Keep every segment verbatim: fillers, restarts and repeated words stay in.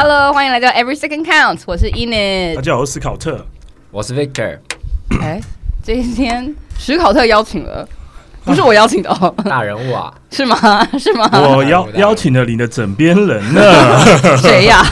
Hello， 欢迎来到 Every Second Counts， 我是 Enid。 大家好，我是史考特， 我是 Victor。 哎，今天史考特邀请了，不是我邀请的哦， 大人物啊， 是吗？是吗？ 我邀邀请了你的枕边人呢， 谁呀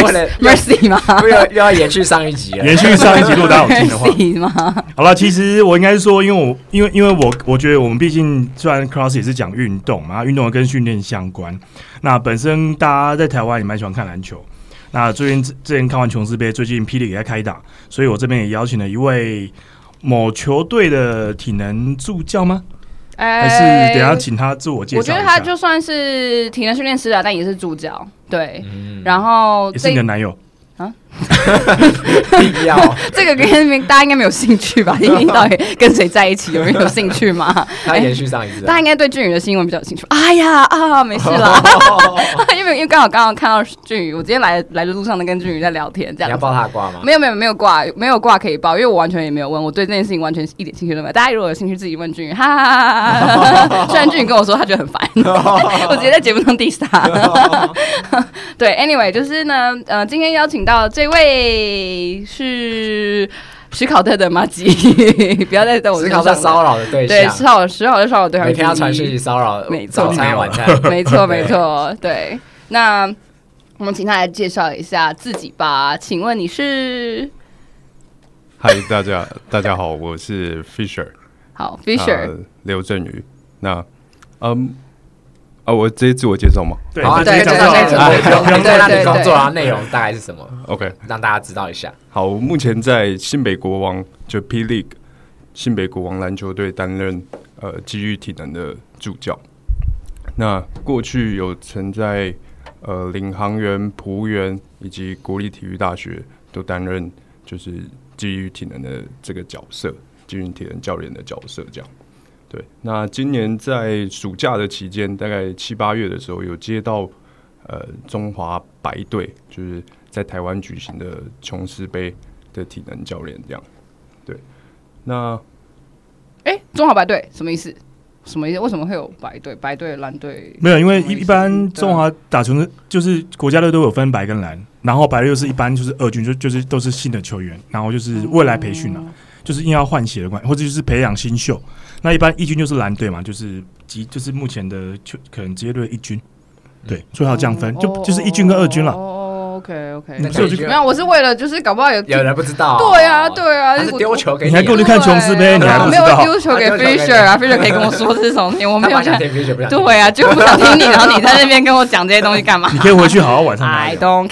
？Mercy 吗？ 又又要延续上一集了， 延续上一集，如果大家有听的话 ，Mercy 吗？ 好了，其实我应该是说，因为我因为因为我我觉得我们毕竟虽然 Cross 也是讲运动嘛，运动跟训练相关。那本身大家在台湾也蛮喜欢看篮球。那最近之前看完琼斯杯，最近霹雳也在开打，所以我这边也邀请了一位某球队的体能助教吗？ 欸、 还是等一下请他自我介绍一下？ 我觉得他就算是体能训练师啊，但也是助教。对，嗯、然后也是你的男友。 啊， 必要这个跟大家应该没有兴趣吧？因为到底跟谁在一起，有人有兴趣吗？ 他延续上一次、啊， 大家应该对俊宇的新闻比较有兴趣。哎呀啊，没事啦，因为因为刚好剛好看到俊宇，我今天来来的路上呢，跟俊宇在聊天，这样。 你要报他的卦吗？ 没有没有没有卦，没有卦可以报，因为我完全也没有问，我对这件事情完全一点兴趣都没有。大家如果有兴趣，自己问俊宇，哈哈哈哈哈。虽然俊宇跟我说他觉得很烦，我直接在节目上 diss 他。对 ，anyway， 就是呢，呃，今天邀请到这位是史考特的麻吉，不要再在我史考特骚扰的对象， 对，史考史考特骚扰对象， 每天要传讯息骚扰， 没错， 早餐晚餐， 没错没错，对。那我们请他来介绍一下自己吧，请问你是？ 嗨，大家大家好，我是 Fisher。 好 ，Fisher，、 呃、刘振宇。那嗯。啊，我直接自我介绍吗？ 对， 好， 对， 介绍介绍，对，那你工作然后内容大概是什么 ？OK， 让大家知道一下。 好，我目前在新北国王就 P League 新北国王篮球队担任呃基于体能的助教。那过去有曾在呃领航员、璞园以及国立体育大学都担任就是基于体能的这个角色，基于体能教练的角色这样。对，那今年在暑假的期间，大概七八月的时候，有接到呃中华白队，就是在台湾举行的琼斯杯的体能教练这样。对，那哎、欸，中华白队什么意思？什么意思？为什么会有白队、白队、蓝队？ 没有，因为一般中华打球就是国家队都有分白跟蓝，然后白队就是一般就是二军，就就是都是新的球员，然后就是未来培训啊。嗯，就是因为要换血的关系，或者就是培养新秀。那一般一军就是蓝队嘛，就是即就是目前的球可能职业队一军，对，所以还有降分，就就是一军跟二军了。 哦 ，OK OK， 那没有，我是为了就是搞不好有有人不知道， 对啊对啊， 他是丢球给你， 你还过去看琼斯杯，你还不知道？ 没有丢球给 Fisher 啊 ，Fisher 可以跟我说这是什么？我没有想听 Fisher， 不想对啊，就不想听你，然后你在那边跟我讲这些东西干嘛？ 你可以回去好好晚上。 I don't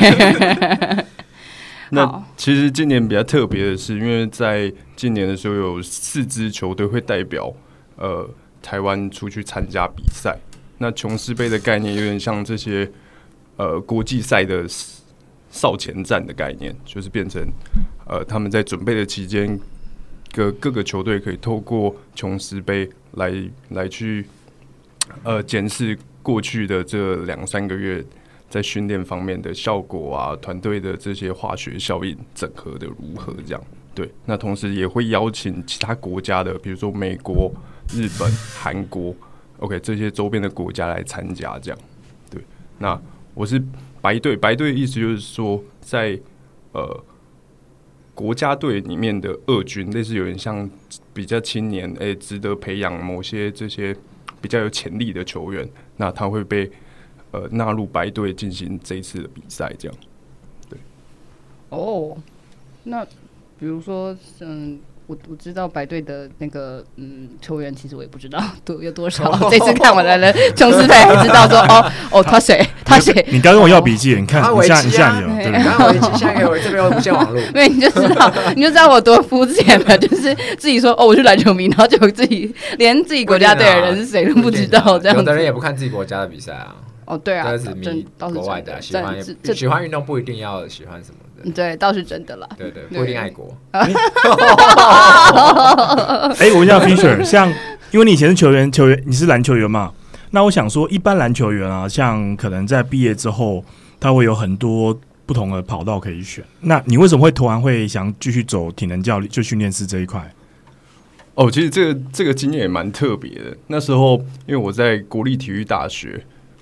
care 。 那其实今年比较特别的是，因为在今年的时候有四支球队会代表呃台湾出去参加比赛。那琼斯杯的概念有点像这些呃国际赛的少前战的概念，就是变成呃他们在准备的期间，各各个球队可以透过琼斯杯来来去呃检视过去的这两三个月。在训练方面的效果啊，团队的这些化学效应整合的如何？这样对。那同时也会邀请其他国家的，比如说美国、日本、韩国 ，OK 这些周边的国家来参加。这样对。那我是白队，白队的意思就是说，在呃国家队里面的二军，类似有点像比较青年，哎、欸，值得培养某些这些比较有潜力的球员，那他会被。呃，纳入白队进行这一次的比赛，这样，对。 哦，那比如说，嗯，我我知道白队的那个嗯球员，其实我也不知道多有多少。这次看我来了琼斯杯，才知道说哦哦，他谁他谁？ 你刚跟我要笔记，你看你下你下你了，对， 刚刚维基，现在给我这边有无线网络， 因为你就知道你就知道我多肤浅了，就是自己说哦我是篮球迷，然后就自己连自己国家队的人是谁都不知道，这样。 有的人也不看自己国家的比赛啊。 哦，对啊， 这是迷国外的、啊，喜欢喜欢运动不一定要喜欢什么的， 对，倒是真的啦。 对对，不一定爱国。 哎、欸，我问一下 Fisher， 像因为你以前是球员，球员你是篮球员嘛？那我想说，一般篮球员啊，像可能在毕业之后，他会有很多不同的跑道可以选。那你为什么会突然会想继续走体能教练，就训练师这一块？ 哦，其实这个这个经验也蛮特别的。那时候因为我在国立体育大学，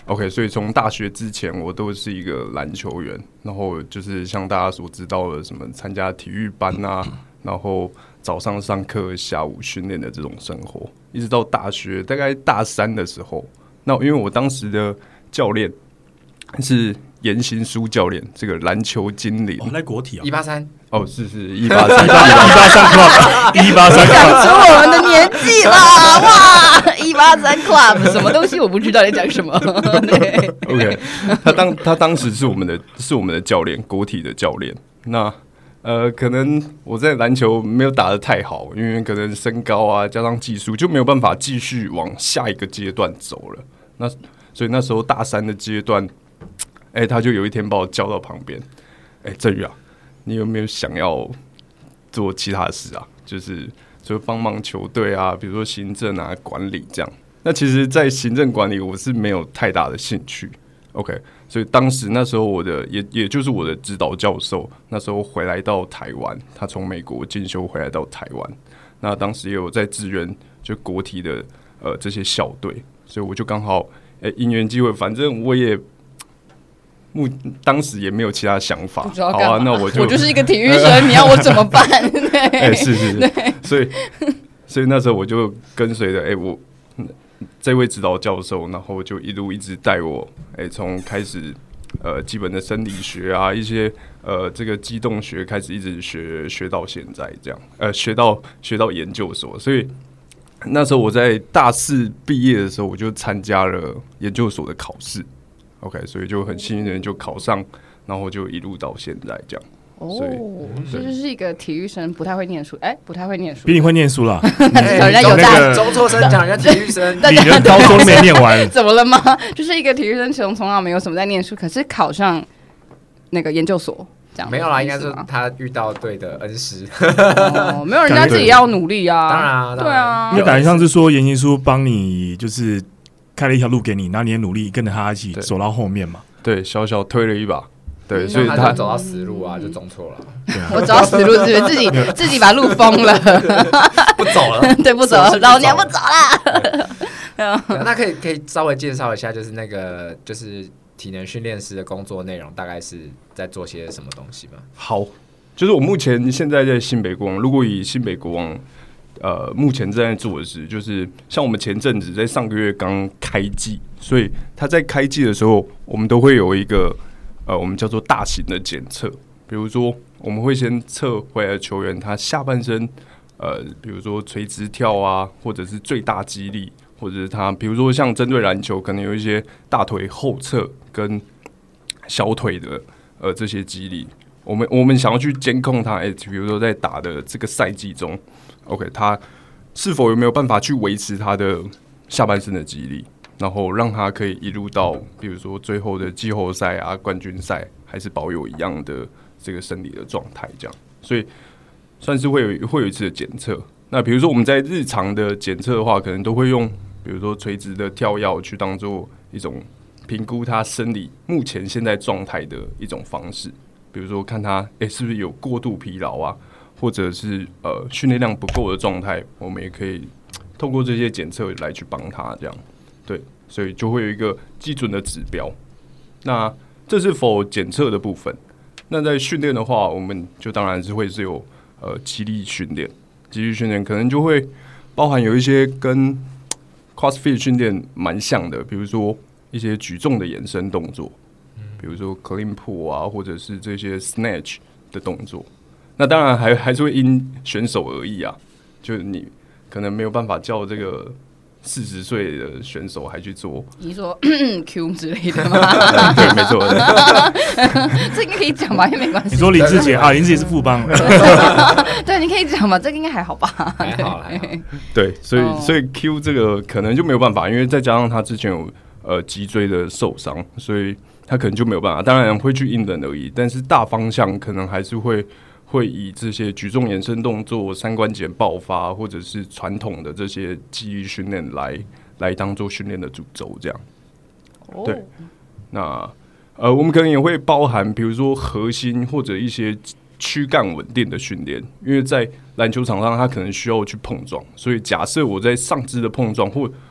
OK， 所以从大学之前我都是一个篮球员，然后就是像大家所知道的什么参加体育班啊，然后早上上课下午训练的这种生活，一直到大学大概大三的时候，那因为我当时的教练是严行书教练，这个篮球精灵， 我们在国体啊， 一八三哦，是是一八三， 一八三 club， 一八三 club， 讲出我们的年纪啦，哇，一八三 club 什么东西我不知道，你讲什么？对 ，OK， 他当他当时是我们的是我们的教练，国体的教练。那呃，可能我在篮球没有打得太好，因为可能身高啊加上技术就没有办法继续往下一个阶段走了。那所以那时候大三的阶段，哎、欸，他就有一天把我叫到旁边，哎、欸，振宇啊，你有没有想要做其他的事啊？就是就帮忙球队啊，比如说行政啊、管理这样。那其实，在行政管理我是没有太大的兴趣。OK， 所以当时那时候我的也也就是我的指导教授，那时候回来到台湾，他从美国进修回来到台湾。那当时也有在支援就国体的呃这些校队，所以我就刚好哎因缘际会，反正我也。目当时也没有其他想法，好啊，那我就我就是一个体育生，你要我怎么办？哎、 欸，是是是，所以所以那时候我就跟随着哎、欸、我这位指导教授，然后就一路一直带我，哎、欸、从开始呃基本的生理学啊，一些呃这个机动学开始一直学学到现在这样，呃学到学到研究所，所以那时候我在大四毕业的时候，我就参加了研究所的考试。OK， 所以就很幸运的人就考上，然后就一路到现在这样。 哦，所以就是一个体育生，不太会念书，哎、欸，不太会念书， 比你会念书啦。 人家有在中辍生讲人家体育生， 你的高中没念完， 怎么了吗？就是一个体育生，从从来没有什么在念书，可是考上那个研究所。 没有啦，应该是他遇到对的恩师。 哦，没有，人家自己要努力啊。 当然啊， 对啊。 因为感觉上是说严行书帮你就是开了一条路给你，然后你也努力跟着他一起走到后面嘛。 对，小小推了一把。对， 嗯、 所以他就走到死路啊，嗯、就中错了。 对啊、 我走到死路是不是自己自己把路封了， 不走了， 对，不走了，老娘不走了。 那可以可以稍微介绍一下，就是那个就是体能训练师的工作内容，大概是在做些什么东西吗？ 好，就是我目前现在在新北国王，如果以新北国王。呃，目前正在做的是，就是像我们前阵子在上个月刚开季，所以他在开季的时候，我们都会有一个呃，我们叫做大型的检测，比如说我们会先测回来的球员他下半身，呃，比如说垂直跳啊，或者是最大肌力，或者是他，比如说像针对篮球，可能有一些大腿后侧跟小腿的呃这些肌力，我们我们想要去监控他，哎、欸，比如说在打的这个赛季中。OK， 他是否有没有办法去维持他的下半身的肌力，然后让他可以一路到，比如说最后的季后赛啊、冠军赛，还是保有一样的这个生理的状态，这样，所以算是会有会有一次的检测。那比如说我们在日常的检测的话，可能都会用，比如说垂直的跳跃去当做一种评估他生理目前现在状态的一种方式，比如说看他哎、欸、是不是有过度疲劳啊。或者是呃训练量不够的状态，我们也可以透过这些检测来去帮他这样，对，所以就会有一个基准的指标。那这是否检测的部分？那在训练的话，我们就当然是会是有呃肌力训练，肌力训练可能就会包含有一些跟 CrossFit 训练蛮像的，比如说一些举重的延伸动作，比如说 Clean Pull 啊，或者是这些 Snatch 的动作。那当然还还是会因选手而异啊，就是你可能没有办法叫这个四十岁的选手还去做， 你说 Q 之类的吗？ 对，没错。 这应该可以讲吧，也没关系。 你说林志杰啊，林志杰是富邦， 对，你可以讲吧，这个应该还好吧？ 还好，还好。 对，所以所以 Q 这个可能就没有办法，因为再加上他之前有呃脊椎的受伤，所以他可能就没有办法。当然会去应人而已，但是大方向可能还是会。会以这些举重延伸动作、三关节爆发，或者是传统的这些肌力训练来来当做训练的主轴，这样。 哦、 对，那呃，我们可能也会包含，比如说核心或者一些躯干稳定的训练，因为在篮球场上，它可能需要去碰撞，所以假设我在上肢的碰撞或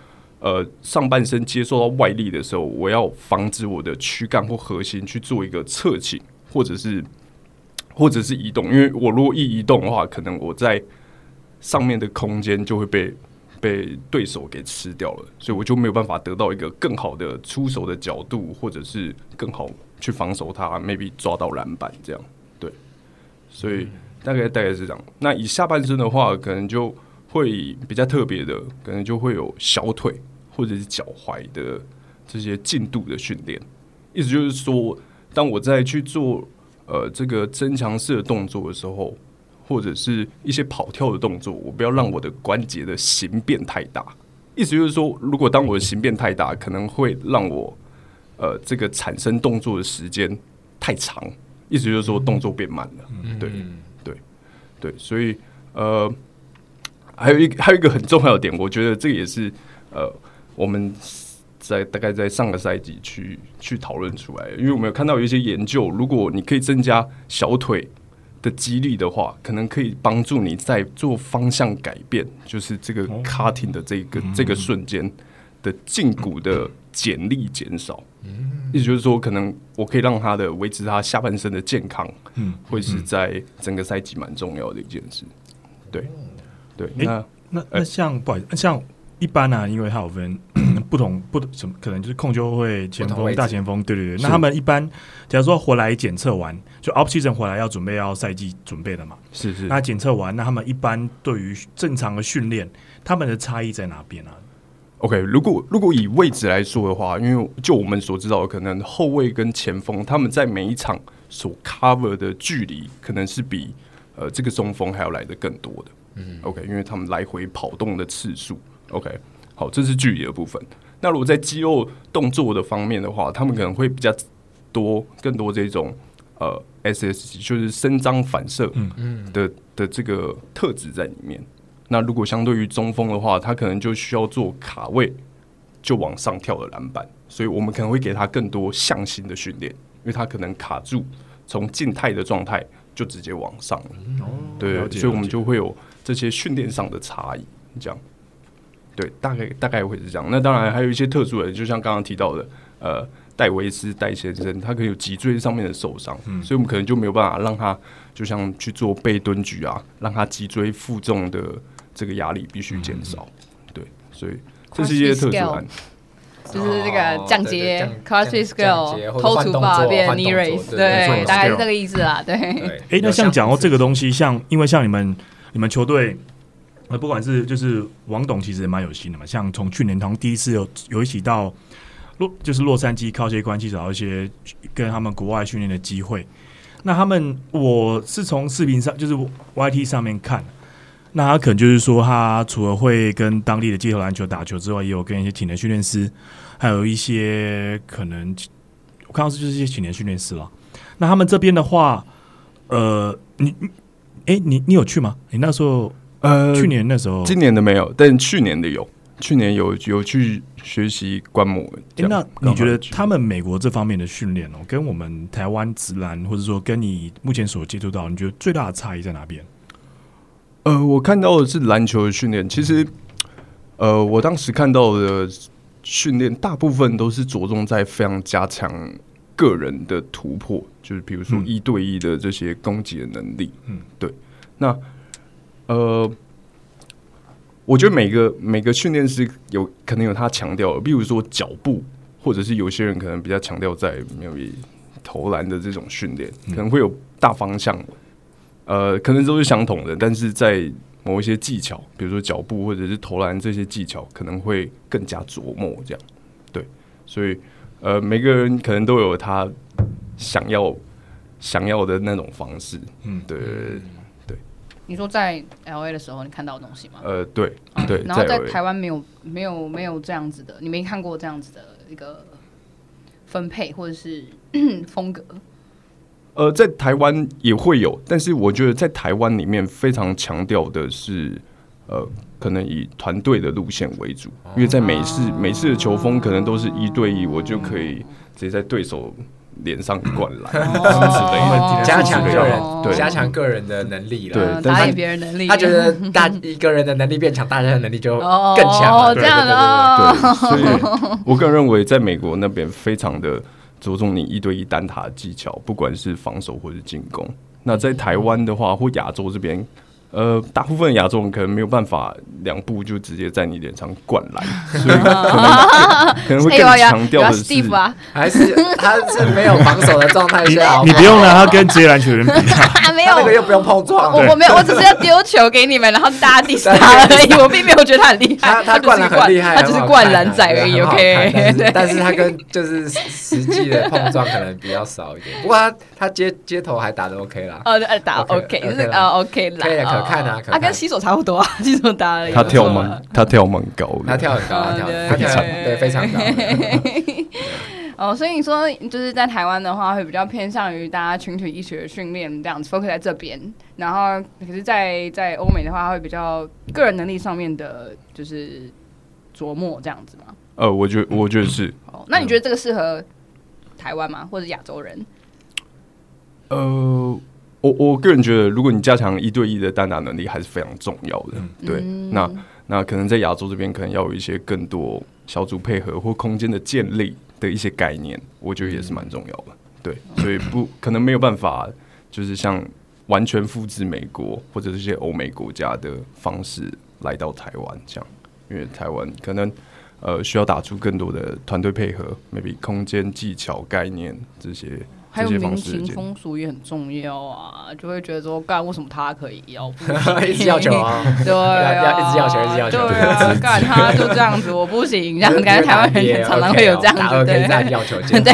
呃上半身接受到外力的时候，我要防止我的躯干或核心去做一个侧倾，或者是或者是移动，因为我如果一移动的话，可能我在上面的空间就会被被对手给吃掉了，所以我就没有办法得到一个更好的出手的角度，或者是更好去防守他 ，maybe 抓到篮板这样。对，所以大概大概是这样。那以下半身的话，可能就会比较特别的，可能就会有小腿或者是脚踝的这些进度的训练。意思就是说，当我在去做呃这个增强式的动作的时候，或者是一些跑跳的动作，我不要让我的关节的形变太大。意思就是说，如果当我的形变太大，可能会让我呃这个产生动作的时间太长。意思就是说，动作变慢了。嗯、对对对，所以呃，还有一还有一个很重要的点，我觉得这个也是呃我们在大概在上个赛季去去讨论出来的，因为我们有看到有一些研究，如果你可以增加小腿的肌力的话，可能可以帮助你在做方向改变，就是这个 cutting 的这个、哦、这个瞬间的胫骨的剪力减少。嗯，意思就是说，可能我可以让他的维持他下半身的健康，嗯，会是在整个赛季蛮重要的一件事。对，对，那、欸、 那那像不好意思，像一般啊，因为它有分不同不同什么，可能就是控球会前锋、大前锋，对对对。那他们一般，假如说回来检测完，就 off season 回来要准备要赛季准备的嘛， 是是。 那检测完，那他们一般对于正常的训练，他们的差异在哪边啊 ？OK， 如果如果以位置来说的话，因为就我们所知道的，可能后卫跟前锋他们在每一场所 cover 的距离，可能是比呃这个中锋还要来得更多的。嗯 ，OK， 因为他们来回跑动的次数。OK， 好，这是距离的部分。那如果在肌肉动作的方面的话，他们可能会比较多、更多这种呃 S S G， 就是伸张反射的、嗯、的这个特质在里面。那如果相对于中锋的话，他可能就需要做卡位就往上跳的篮板，所以我们可能会给他更多向心的训练，因为他可能卡住，从静态的状态就直接往上了。哦、对，所以我们就会有这些训练上的差异，这样。对，大概大概会是这样。那当然还有一些特殊的，就像刚刚提到的，呃，戴维斯戴先生，他可能有脊椎上面的受伤、嗯，所以我们可能就没有办法让他，就像去做背蹲举啊，让他脊椎负重的这个压力必须减少、嗯。对，所以这是一些特殊案。 就是这个降阶 ，crossfit skill， 偷图吧变 knee raise， 对，大概是这个意思啦。对。 哎、欸，那像讲到这个东西，像因为像你们你们球队。呃，不管是就是王董其实也蛮有心的嘛，像从去年从第一次有有一起到洛就是洛杉矶靠一些关系找到一些跟他们国外训练的机会。那他们我是从视频上就是 Y T 上面看，那他可能就是说他除了会跟当地的街头篮球打球之外，也有跟一些体能训练师，还有一些可能我看到是就是一些体能训练师了。那他们这边的话，呃，你哎、欸、你你有去吗？你那时候？呃，去年那时候， 今年的没有，但去年的有。去年有有去学习观摩。 欸、那你觉得他们美国这方面的训练哦，跟我们台湾职篮，或者说跟你目前所接触到，你觉得最大的差异在哪边？ 呃，我看到的是篮球的训练，其实，呃，我当时看到的训练大部分都是着重在非常加强个人的突破，就是比如说一对一的这些攻击的能力。嗯，对，那。呃，我觉得每个每个训练师有可能有他强调的，比如说脚步，或者是有些人可能比较强调在没有投篮的这种训练，可能会有大方向，呃，可能都是相同的，但是在某一些技巧，比如说脚步或者是投篮这些技巧，可能会更加琢磨这样。对，所以呃，每个人可能都有他想要想要的那种方式。嗯，对。 你说在 L A 的时候，你看到的东西吗？ 呃，对，嗯、对。 然后在台湾没有没有没有这样子的，你没看过这样子的一个分配或者是风格。 呃，在台湾也会有，但是我觉得在台湾里面非常强调的是，呃，可能以团队的路线为主，因为在美式美式的球风可能都是一对一，我就可以直接在对手脸上灌篮什么之类的， 加强个人， 对， 加强个人的能力了， 对， 打赢别人能力。 他觉得大一个人的能力变强，大家的能力就更强了。 哦，这样的哦。 对，所以我个人认为，在美国那边非常的着重你一对一单打技巧，不管是防守或是进攻。那在台湾的话，或亚洲这边，呃，大部分亚洲人可能没有办法两步就直接在你脸上灌篮，所以可能可能会更强调的是， 还是他是没有防守的状态下， 你不用拿他跟职业篮球人比， 没有， 那个又不用碰撞。 我我没有，我只是要丢球给你们，然后大家 diss 他而已，我并没有觉得他很厉害， 他他灌篮很厉害， 他只是灌篮仔而已。OK， 但是他跟就是实际的碰撞可能比较少一点，不过他他接接头还打得 OK 啦， 哦，打 OK， 就是呃 OK 啦， 可以可看啊， 他跟洗手差不多啊，洗手打了。 他跳蛮他跳蛮高的， 他跳很高，他跳他跳对非常高。 哦，所以你说就是在台湾的话，会比较偏向于大家群体医学的训练这样子 focus 在这边，然后可是在，在在欧美的话，会比较个人能力上面的，就是琢磨这样子吗？ 呃，我觉得我觉得是。 哦，那你觉得这个适合台湾吗？或者亚洲人？ 呃。我我个人觉得，如果你加强一对一的单打能力，还是非常重要的。嗯、对，嗯、那那可能在亚洲这边，可能要有一些更多小组配合或空间的建立的一些概念，我觉得也是蛮重要的。对，所以不可能没有办法，就是像完全复制美国或者这些欧美国家的方式来到台湾这样，因为台湾可能呃需要打出更多的团队配合 ，maybe 空间技巧概念这些。 还有民情风俗也很重要啊，就会觉得说，干为什么他可以要不一直要求啊， 对啊， 要一直要求，一直要求， 对啊，干他就这样子，我不行，这样感觉台湾人常常会有这样子， 对，在要求， 对，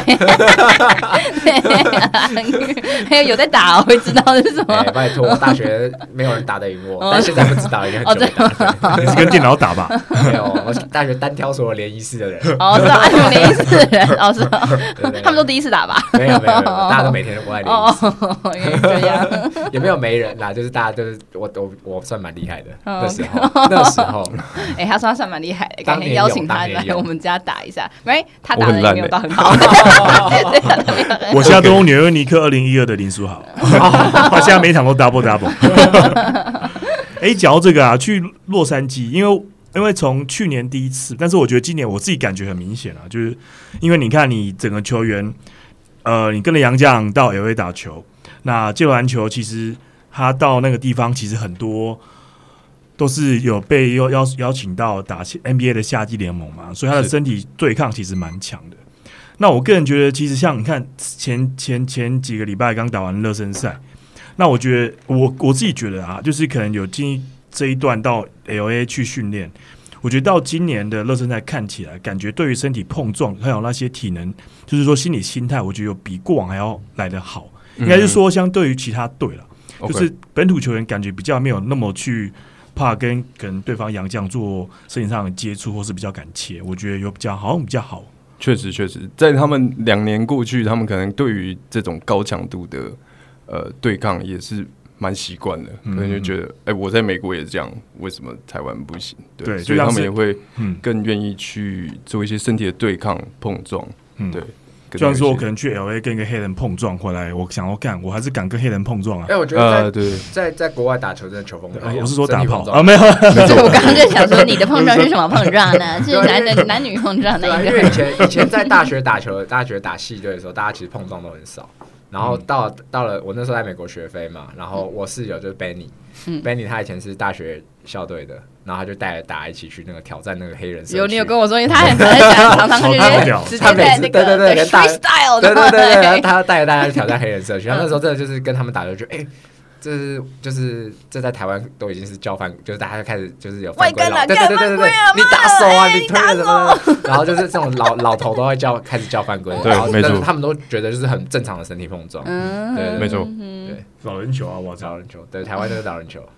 还有有在打，我会知道是什么。 拜托，大学没有人打得赢我，但现在不知道，已经很久没打。 你是跟电脑打吧？ 没有，我大学单挑所有联谊室的人。 哦，是啊，有联谊室的人，哦是，他们都第一次打吧？ 没有没有。大家都每天都不爱联谊室， 哦，原来这样。 也没有没人啦，就是大家都是我我我算蛮厉害的那时候，那时候。 哎，他说他算蛮厉害的，改天邀请他来我们家打一下。没，他打的也没有到很好。 我现在都用纽约尼克二零一二的林书豪，他现在每场都 double double。哎，讲到这个啊，去洛杉矶，因为。因为从去年第一次，但是我觉得今年我自己感觉很明显啊，就是因为你看你整个球员，呃，你跟着洋将到 L A 打球，那借篮球其实他到那个地方，其实很多都是有被邀邀邀请到打 N B A 的夏季联盟嘛，所以他的身体对抗其实蛮强的。那我个人觉得，其实像你看前前前几个礼拜刚打完热身赛，那我觉得我我自己觉得啊，就是可能有进这一段到 L A 去训练，我觉得到今年的热身赛看起来，感觉对于身体碰撞还有那些体能，就是说心理心态，我觉得有比过往还要来得好。应该是说，相对于其他队了，嗯、就是本土球员感觉比较没有那么去怕跟跟对方洋将做身体上的接触，或是比较敢切，我觉得有比较好像比较好。 确实，确实，在他们两年过去，他们可能对于这种高强度的呃对抗也是。蛮习惯的，可能就觉得，哎、嗯欸，我在美国也是这样，为什么台湾不行？对，对所以他们也会更愿意去做一些身体的对抗碰撞。嗯，对。 就像说我可能去 L A 跟一个黑人碰撞回来，我想要干，我还是敢跟黑人碰撞啊。 哎、欸，我觉得在、呃、对在在国外打球真的球风不一样。 我是说打炮啊，没有。 我刚刚就想说，你的碰撞是什么碰撞呢？是男的男女碰撞那一个？ 因为以前以前在大学打球，大学打系队的时候，大家其实碰撞都很少。然后到了到了我那时候在美国学飞嘛，然后我室友就是 Benny， 嗯 Benny 他以前是大学校队的，然后他就带着大家一起去那个挑战那个黑人社区。 有你有跟我说，因为他很常常常常就是直接在那个对对对 freestyle 对对对，他带着大家去挑战黑人社区。他那时候真的就是跟他们打球，就哎。这是就是这在台湾都已经是教犯，就是大家就开始就是有犯规了，对对对对对，你打手啊，你推了什么？然后就是这种老老头都会叫开始叫犯规， 对，没错， 他们都觉得就是很正常的身体碰撞，嗯，对， 没错， 对， 老人球啊，我操， 老人球，对，台湾就是老人球，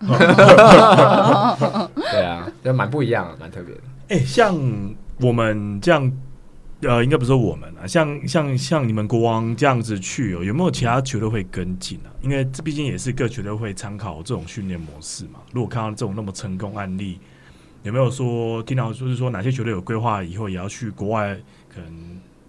对啊，就蛮不一样，蛮特别的。 哎，像我们这样。呃，应该不是我们啊，像像像你们国王这样子去哦，有没有其他球队会跟进啊？因为这毕竟也是各球队会参考这种训练模式嘛。如果看到这种那么成功案例，有没有说听到就是说哪些球队有规划以后也要去国外可能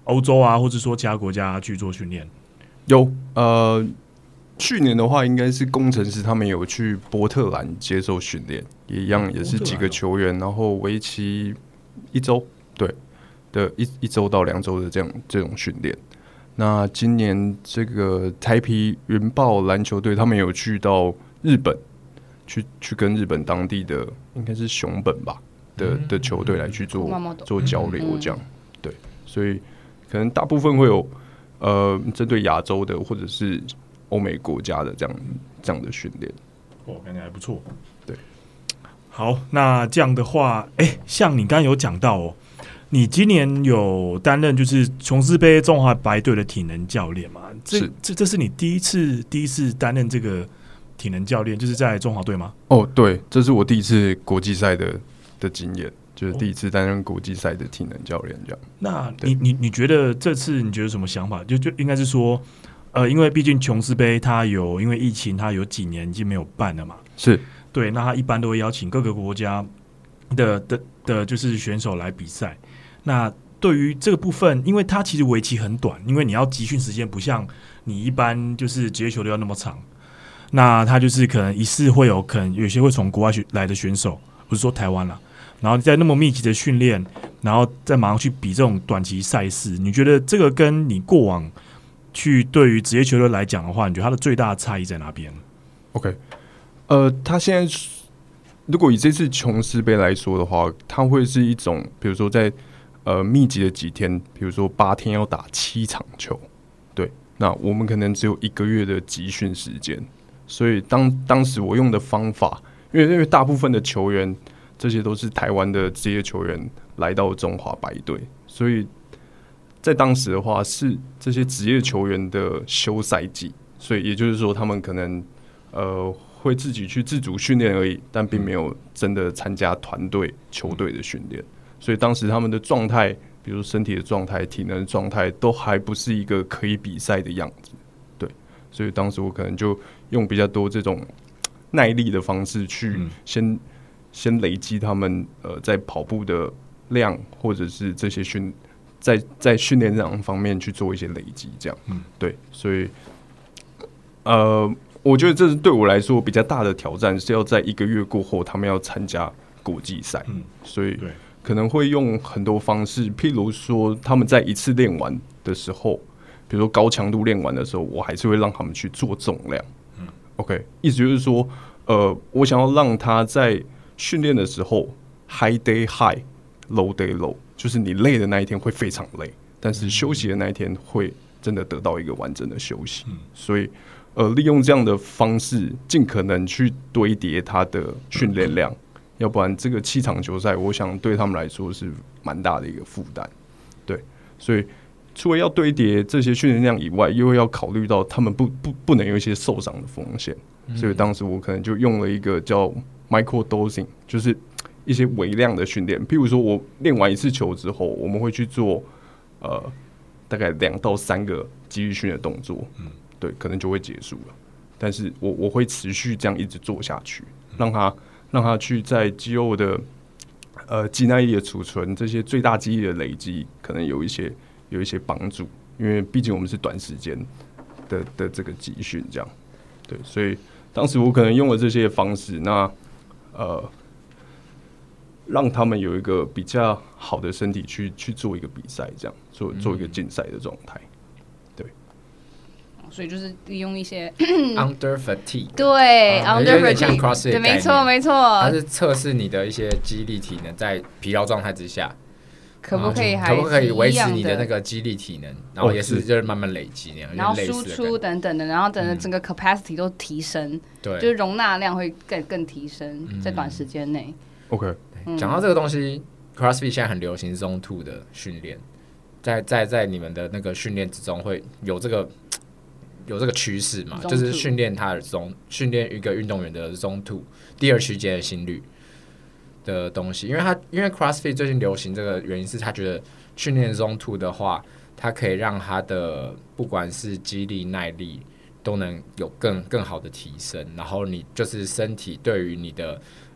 欧洲啊，或者说其他国家去做训练？ 有，呃，去年的话应该是工程师他们有去波特兰接受训练，也一样也是几个球员，然后为期一周，对的一一周到两周的这样这种训练。那今年这个台啤云豹篮球队他们有去到日本，去去跟日本当地的应该是熊本吧的的球队来去做做交流，这样对，所以可能大部分会有呃针对亚洲的或者是欧美国家的这样这样的训练。 哦，感觉还不错。 对， 好，那这样的话，哎、欸，像你刚刚有讲到哦，你今年有担任就是琼斯杯中华白队的体能教练嘛？这这这是你第一次第一次担任这个体能教练，就是在中华队吗？ 哦，对，这是我第一次国际赛的的经验，就是第一次担任国际赛的体能教练这样。 那你你你觉得这次你觉得什么想法？就就应该是说，呃，因为毕竟琼斯杯它有因为疫情，它有几年已经没有办了嘛。 是对，那他一般都会邀请各个国家的的的，就是选手来比赛。那对于这个部分，因为它其实为期很短，因为你要集训时间不像你一般就是职业球队要那么长。那他就是可能一次会有可能有些会从国外来的选手，不是说台湾啦，然后在那么密集的训练，然后再马上去比这种短期赛事，你觉得这个跟你过往去对于职业球队来讲的话，你觉得它的最大的差异在哪边 ？OK， 呃，他现在如果以这次琼斯杯来说的话，它会是一种，比如说在呃密集的几天，比如说八天要打七场球，对，那我们可能只有一个月的集训时间。所以当当时我用的方法，因为因为大部分的球员，这些都是台湾的职业球员来到中华白队，所以在当时的话是这些职业球员的休赛季，所以也就是说他们可能呃会自己去自主训练而已，但并没有真的参加团队球队的训练，所以当时他们的状态，比如身体的状态、体能的状态，都还不是一个可以比赛的样子。所以当时我可能就用比较多这种耐力的方式去先、嗯、先累积他们呃在跑步的量，或者是这些训在在训练量方面去做一些累积，这样，嗯，对，所以呃，我觉得这是对我来说比较大的挑战，是要在一个月过后他们要参加国际赛，嗯，所以可能会用很多方式，譬如说他们在一次练完的时候。比如说高强度练完的时候，我还是会让他们去做重量。嗯 ，OK， 意思就是说，呃，我想要让他在训练的时候 high day high，low day low， 就是你累的那一天会非常累，但是休息的那一天会真的得到一个完整的休息。嗯、所以，呃，利用这样的方式，尽可能去堆叠他的训练量，要不然这个七场球赛，我想对他们来说是蛮大的一个负担。对，所以。除了要堆叠这些训练量以外，又要考虑到他们不不不能有一些受伤的风险，嗯、所以当时我可能就用了一个叫 micro dosing， 就是一些微量的训练。譬如说，我练完一次球之后，我们会去做呃大概两到三个肌力训的动作，嗯，对，可能就会结束了。但是我我会持续这样一直做下去，让他让他去在肌肉的呃肌耐力的储存，这些最大肌力的累积，可能有一些。有一些帮助，因为毕竟我们是短时间 的, 的这个集训，这样对，所以当时我可能用了这些方式，那呃，让他们有一个比较好的身体去去做一个比赛，这样做做一个竞赛的状态，对。 所以就是利用一些 under fatigue， 对、 啊、 ，under fatigue， 像 CrossFit 对，没错没错， 它是测试你的一些肌力体能在疲劳状态之下。 可不可以还可不可以维持你的那个肌力体能，然后也是就是慢慢累积那样， 然后输出等等的，然后等整个 capacity 都提升，对、嗯，就是容纳量会更更提升，嗯、在短时间内。 OK， 讲、嗯、到这个东西 ，CrossFit 现在很流行 Zone 二的训练，在在在你们的那个训练之中会有这个有这个趋势嘛？就是训练他的 Zone， 训练一个运动员的 Zone 二第二区间的心率。的东西，因为他因为 CrossFit 最近流行这个原因是他觉得训练 Zone 二的话，它可以让他的不管是肌力耐力都能有更更好的提升，然后你就是身体对于你的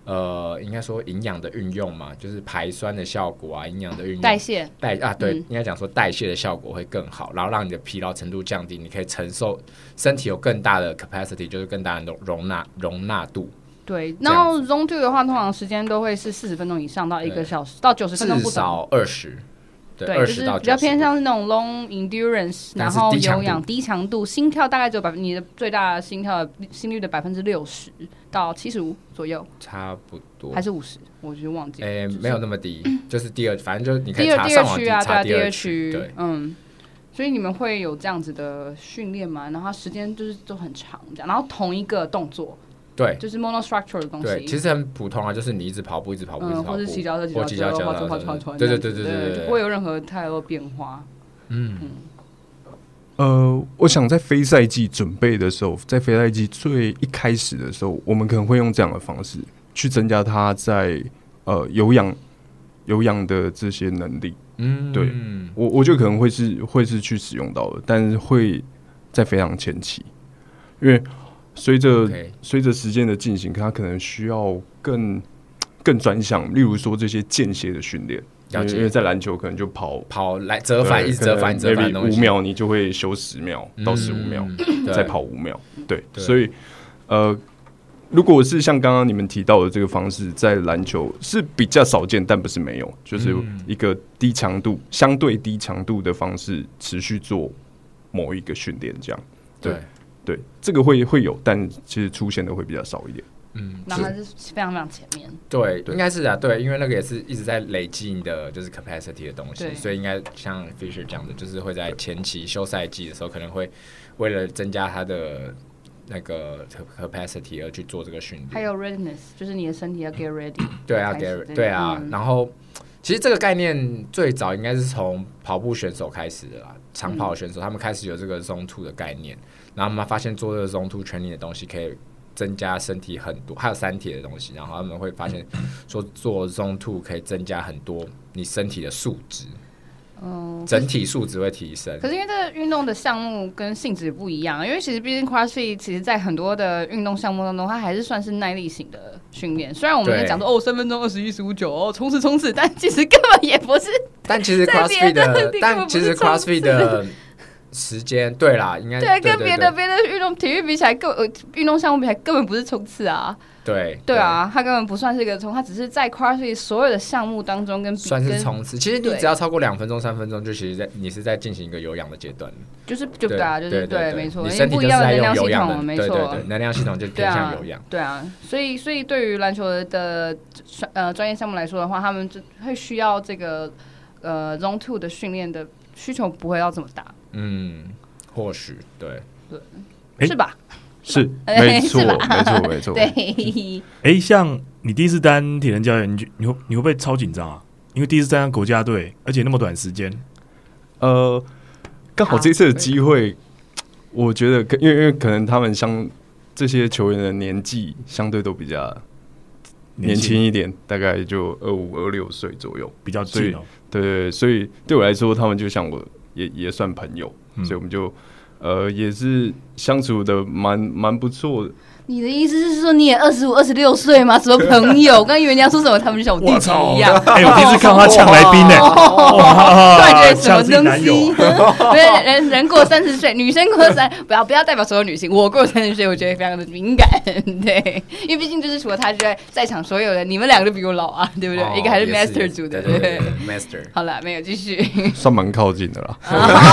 呃，应该说营养的运用嘛，就是排酸的效果啊，营养的运用， 代谢代啊，对， 嗯、 应该讲说代谢的效果会更好，然后让你的疲劳程度降低，你可以承受身体有更大的 capacity， 就是更大的容纳容纳度。 对，然后 Zone Two 的话，通常时间都会是四十分钟以上到一个小时到九十分钟不等， 至少二十。 对，就是比较偏向是那种 long endurance， 然后有氧低强度，心跳大概只有百分，你的最大的心跳心率的百分之六十到七十五左右， 差不多， 还是五十？我就忘记了。 诶、欸就是， 没有那么低，就是第二，反正就是你可以查上网第二区啊， 第二区， 对， 嗯。所以你们会有这样子的训练吗？然后它时间就是都很长，这样，然后同一个动作。 对， 就是 monostructure 的东西。 对，其实很普通啊，就是你一直跑步，一直跑步，嗯、一直跑步， 或是骑脚车、 骑脚车、 划船、划船、划船， 对对对对对 对, 对，不会有任何太多变化。 嗯嗯。 呃，我想在非赛季准备的时候，在非赛季最一开始的时候，我们可能会用这样的方式去增加他在呃有氧有氧的这些能力。嗯，对我我觉得可能会是会是去使用到的，但是会在非常前期，因为。随着随着时间的进行，它可能需要更更专项，例如说这些间歇的训练，因为在篮球可能就跑跑来折返，一直折返折返， 五秒你就会休十秒到十五秒，嗯、再跑五秒，对，对所以呃，如果是像刚刚你们提到的这个方式，在篮球是比较少见，但不是没有，就是一个低强度、相对低强度的方式持续做某一个训练，这样对。对对，这个会会有，但其实出现的会比较少一点。 嗯，那还是非常非常前面。 对，应该是啊，对，因为那个也是一直在累积你的就是 capacity 的东西，所以应该像 Fisher 讲的，就是会在前期休赛季的时候，可能会为了增加他的那个 capacity 而去做这个训练。 还有 readiness， 就是你的身体要 get ready。 对啊 ，get 对啊，嗯、然后。其实这个概念最早应该是从跑步选手开始的啦，长跑选手、嗯、他们开始有这个 Zone Two 的概念，然后他们发现做这个 Zone Two training 的东西可以增加身体很多，还有三铁的东西，然后他们会发现说做 Zone Two 可以增加很多你身体的素质。嗯，整体素质会提升。 可是因为这个运动的项目跟性质不一样，因为其实毕竟 CrossFit 其实在很多的运动项目当中，它还是算是耐力型的训练。虽然我们也讲说哦，三分钟二十一十五九哦，冲刺冲刺，但其实根本也不是。 但其实 CrossFit 的，但其实 CrossFit 的时间，对啦，应该对跟别的别的运动体育比起来，根呃运动项目比起来根本不是冲刺啊。 对对啊，它根本不算是一个冲，它只是在 CrossFit 所有的项目当中跟算是冲刺。其实你只要超过两分钟、三分钟，就其实在你是在进行一个有氧的阶段， 就是就对啊，就是对，没错， 你身体就是在用有氧的， 没错， 对对对，能量系统就偏向有氧。 对啊，所以所以对于篮球的呃专业项目来说的话，他们就会需要这个呃 Zone Two 的训练的需求不会要这么大。嗯， 或许对对，是吧？ 是，没错，没错，没错。 对， 哎、欸，像你第一次担体能教练，你你会你会不会超紧张啊？因为第一次担国家队，而且那么短时间。 呃，刚好这次的机会，我觉得，因为因为可能他们相这些球员的年纪相对都比较年轻一点，大概就二五二六岁左右， 比较近哦。 对对对，所以对我来说，他们就像我也也算朋友，嗯、所以我们就。呃，也是相处的蛮蛮不错的。 你的意思是说你也二十五、二十六岁吗？什么朋友？我刚以为你要说什么，他们就像我弟弟一样。 哎、欸，我第一次看他抢来宾呢、欸， 突然觉得什么东西？人人人过三十岁，女生过三，不要不要代表所有女性。我过三十岁，我觉得非常的敏感，对，因为毕竟就是除了他之外，在场所有人，你们两个都比我老啊，对不对？哦、一个还是 Master 组的，对不对 ？Master。 好了，没有继续， 算蛮靠近的啦，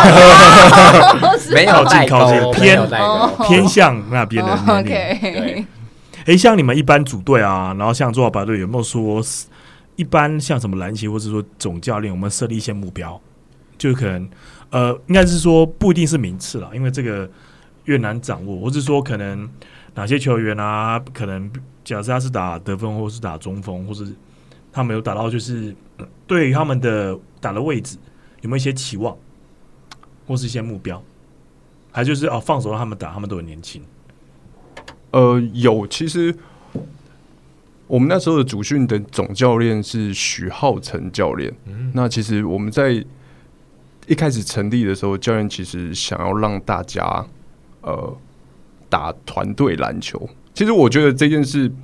没有。 靠近靠近偏偏向那边的年龄。 对， 哎，像你们一般组队啊，然后像中华白队有没有说，一般像什么篮协或者说总教练，我们设立一些目标，就是可能呃，应该是说不一定是名次啦，因为这个越难掌握，或是说可能哪些球员啊，可能假设他是打得分或是打中锋，或是他们有打到就是对于他们的打的位置有没有一些期望，或是一些目标？还就是哦，放手让他们打，他们都很年轻。 呃，有，其实我们那时候的主训的总教练是许浩成教练。嗯，那其实我们在一开始成立的时候，教练其实想要让大家呃打团队篮球。其实我觉得这件事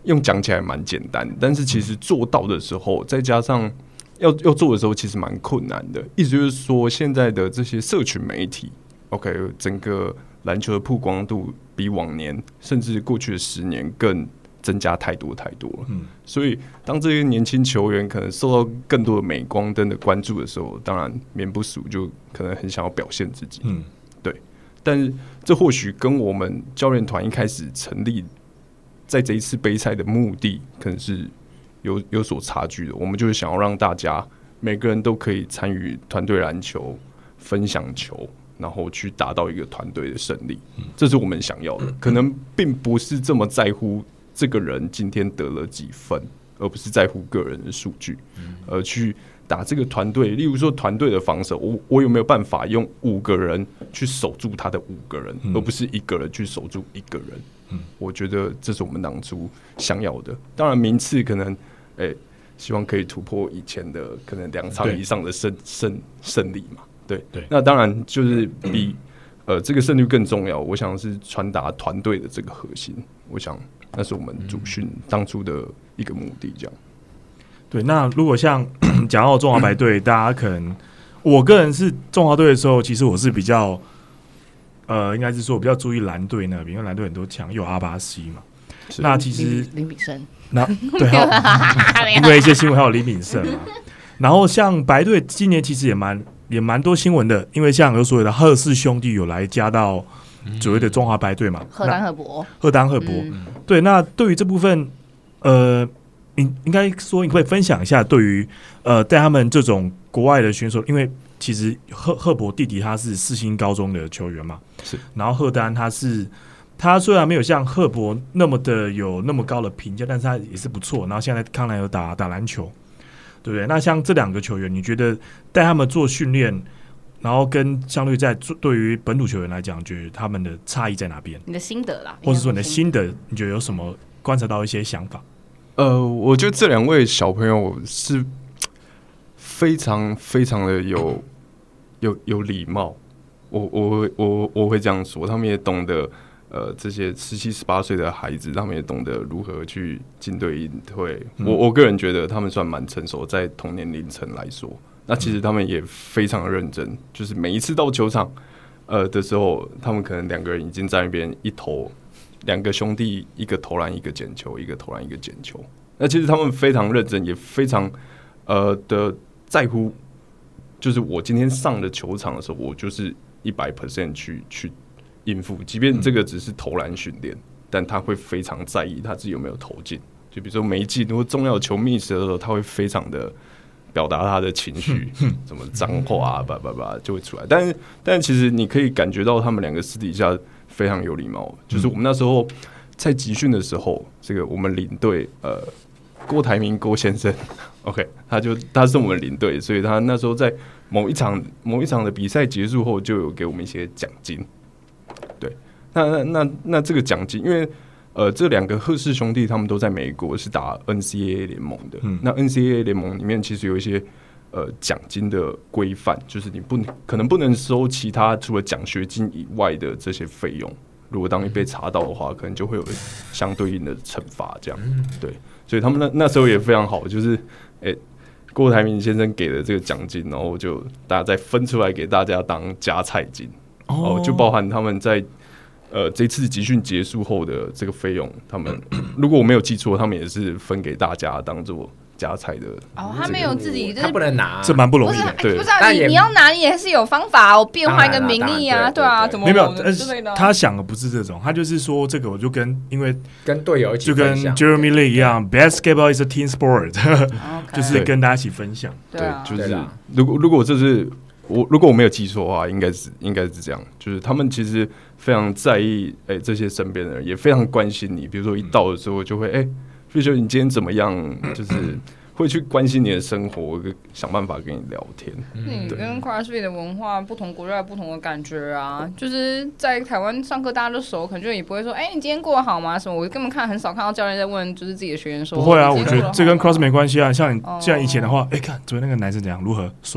用讲起来蛮简单，但是其实做到的时候，再加上要要做的时候，其实蛮困难的。意思就是说，现在的这些社群媒体 ，OK， 整个篮球的曝光度比往年甚至过去的十年更增加太多太多了。嗯，所以当这些年轻球员可能受到更多的镁光灯的关注的时候，当然免不俗就可能很想要表现自己。嗯，对。但是这或许跟我们教练团一开始成立在这一次杯赛的目的可能是有有所差距的。我们就是想要让大家每个人都可以参与团队篮球，分享球，然后去达到一个团队的胜利。这是我们想要的，可能并不是这么在乎这个人今天得了几分，而不是在乎个人的数据，而去打这个团队。例如说团队的防守，我我有没有办法用五个人去守住他的五个人，而不是一个人去守住一个人。嗯，我觉得这是我们当初想要的。当然名次可能，欸，希望可以突破以前的可能两场以上的胜胜胜利嘛。对对，那当然就是比呃这个胜率更重要。我想是传达团队的这个核心。我想那是我们主训当初的一个目的。这样。 对，那如果像讲到中华白队，大家可能我个人是中华队的时候，其实我是比较。呃，应该是说我比较注意蓝队那边，因为蓝队很多强，有阿巴西嘛。那其实林炳胜， 那对，因为一些新闻还有林炳胜嘛。然后像白队今年其实也蛮也蛮多新闻的，因为像有所谓的贺氏兄弟有来加到所谓的中华白队嘛， 贺丹贺伯， 贺丹贺伯。嗯、对，那对于这部分，呃，你应该说你会分享一下对于呃带他们这种国外的选手，因为。其实贺贺伯弟弟他是世新高中的球员嘛，是。然后贺丹他是他虽然没有像贺伯那么的有那么高的评价，但是他也是不错。然后现在康奈有打打篮球，对不对？那像这两个球员，你觉得带他们做训练，然后跟相对在对于本土球员来讲，觉得他们的差异在哪边？ 你的心得啦， 或者说你的心得，你觉得有什么观察到一些想法？ 呃，我觉得这两位小朋友是非常非常的有。有有礼貌，我我我我会这样说，他们也懂得，呃，这些十七十八岁的孩子，他们也懂得如何去进队应退。嗯、我我个人觉得他们算蛮成熟，在同年龄层来说，那其实他们也非常的认真，就是每一次到球场，呃的时候，他们可能两个人已经在那边一投，两个兄弟一个投篮一个捡球，一个投篮一个捡球。那其实他们非常认真，也非常呃的在乎。就是我今天上了球场的时候，我就是一百 percent 去去应付，即便这个只是投篮训练，但他会非常在意他自己有没有投进。就比如说没进，如果重要球 miss 的时候，他会非常的表达他的情绪，什么脏话啊，叭叭叭就会出来。但是，但其实你可以感觉到他们两个私底下非常有礼貌。就是我们那时候在集训的时候，这个我们领队呃郭台铭郭先生。OK， 他就他是我们领队，所以他那时候在某一场某一场的比赛结束后，就有给我们一些奖金。对，那那那那这个奖金，因为呃这两个贺氏兄弟他们都在美国是打 N C A A 联盟的，嗯、那 N C A A 联盟里面其实有一些呃奖金的规范，就是你不可能不能收其他除了奖学金以外的这些费用。如果当你被查到的话，可能就会有相对应的惩罚，这样对。所以他们那那时候也非常好，就是。欸、郭台铭先生给的这个奖金，然后就大家再分出来给大家当加菜金，然后就包含他们在呃这次集训结束后的这个费用，他们如果我没有记错，他们也是分给大家当做加菜的。 哦，他没有自己，就是他不能拿， 这蛮不容易的。 对，不是啊，你你要拿，你也是有方法，我变换一个名义啊，对啊，怎么没有？他想的不是这种，他就是说这个我就跟因为跟队友一起就跟 Jeremy Lee 一样 ，Basketball is a team sport， 就是跟大家一起分享。 对， 就是如果如果这是我如果我没有记错的话，应该是应该是这样，就是他们其实非常在意哎、欸、这些身边的人，也非常关心你。比如说一到的时候就会哎。欸就觉得你今天怎么样，就是会去关心你的生活，想办法跟你聊天。 你跟 CrossFit 的文化不同国家有不同的感觉啊，就是在台湾上课大家都熟，可能就也不会说，哎、欸，你今天过得好吗？什么？我根本看很少看到教练在问，就是自己的学员说。 不会啊，我觉得这跟 CrossFit 没关系啊。像你像以前的话，哎、欸，看昨天那个男生怎样，如何爽吗？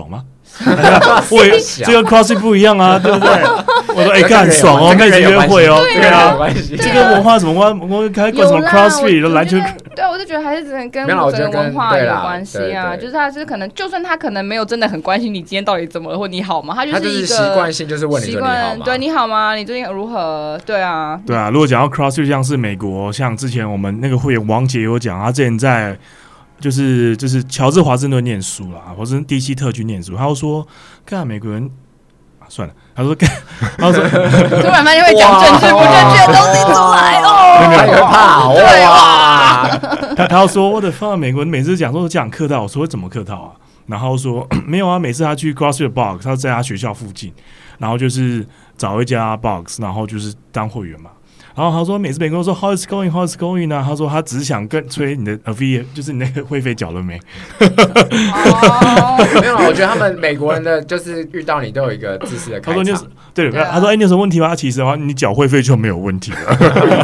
我这跟 CrossFit 不一样啊，对不对？我说哎，看很爽哦，妹子约会哦，对啊，这个文化什么关，我开过什么 CrossFit 篮球， 对，我就觉得还是只能跟整个文化有关系啊。就是他是可能，就算他可能没有真的很关心你今天到底怎么了，或你好吗？他就是一个习惯性，就是问你说你好吗？ 对你好吗？你最近如何？对啊， 对啊。如果讲到 CrossFit， 像是美国，像之前我们那个会员王杰有讲，他之前在。就是就是乔治华盛顿念书啦，或是 D C 特区念书，他就说，看美国人、啊，算了，他说，他说， 突然发现会讲政治不正确的东西出来哦， 太可怕， 对哇！ 他他说我的妈，美国人每次讲说讲客套，我说怎么客套啊？然后说没有啊，每次他去 CrossFit Box， 他在他学校附近，然后就是找一家 Box， 然后就是当会员嘛。然后他说，每次美国人说 How is going, How is going 呢、啊？他说他只是想跟催你的 affiliate， 就是你那个会费缴了没？ 哦，没有，我觉得他们美国人的就是遇到你都有一个自私的开场。他说就是对，对啊、他说哎，你有什么问题吗？其实的话，你缴会费就没有问题了。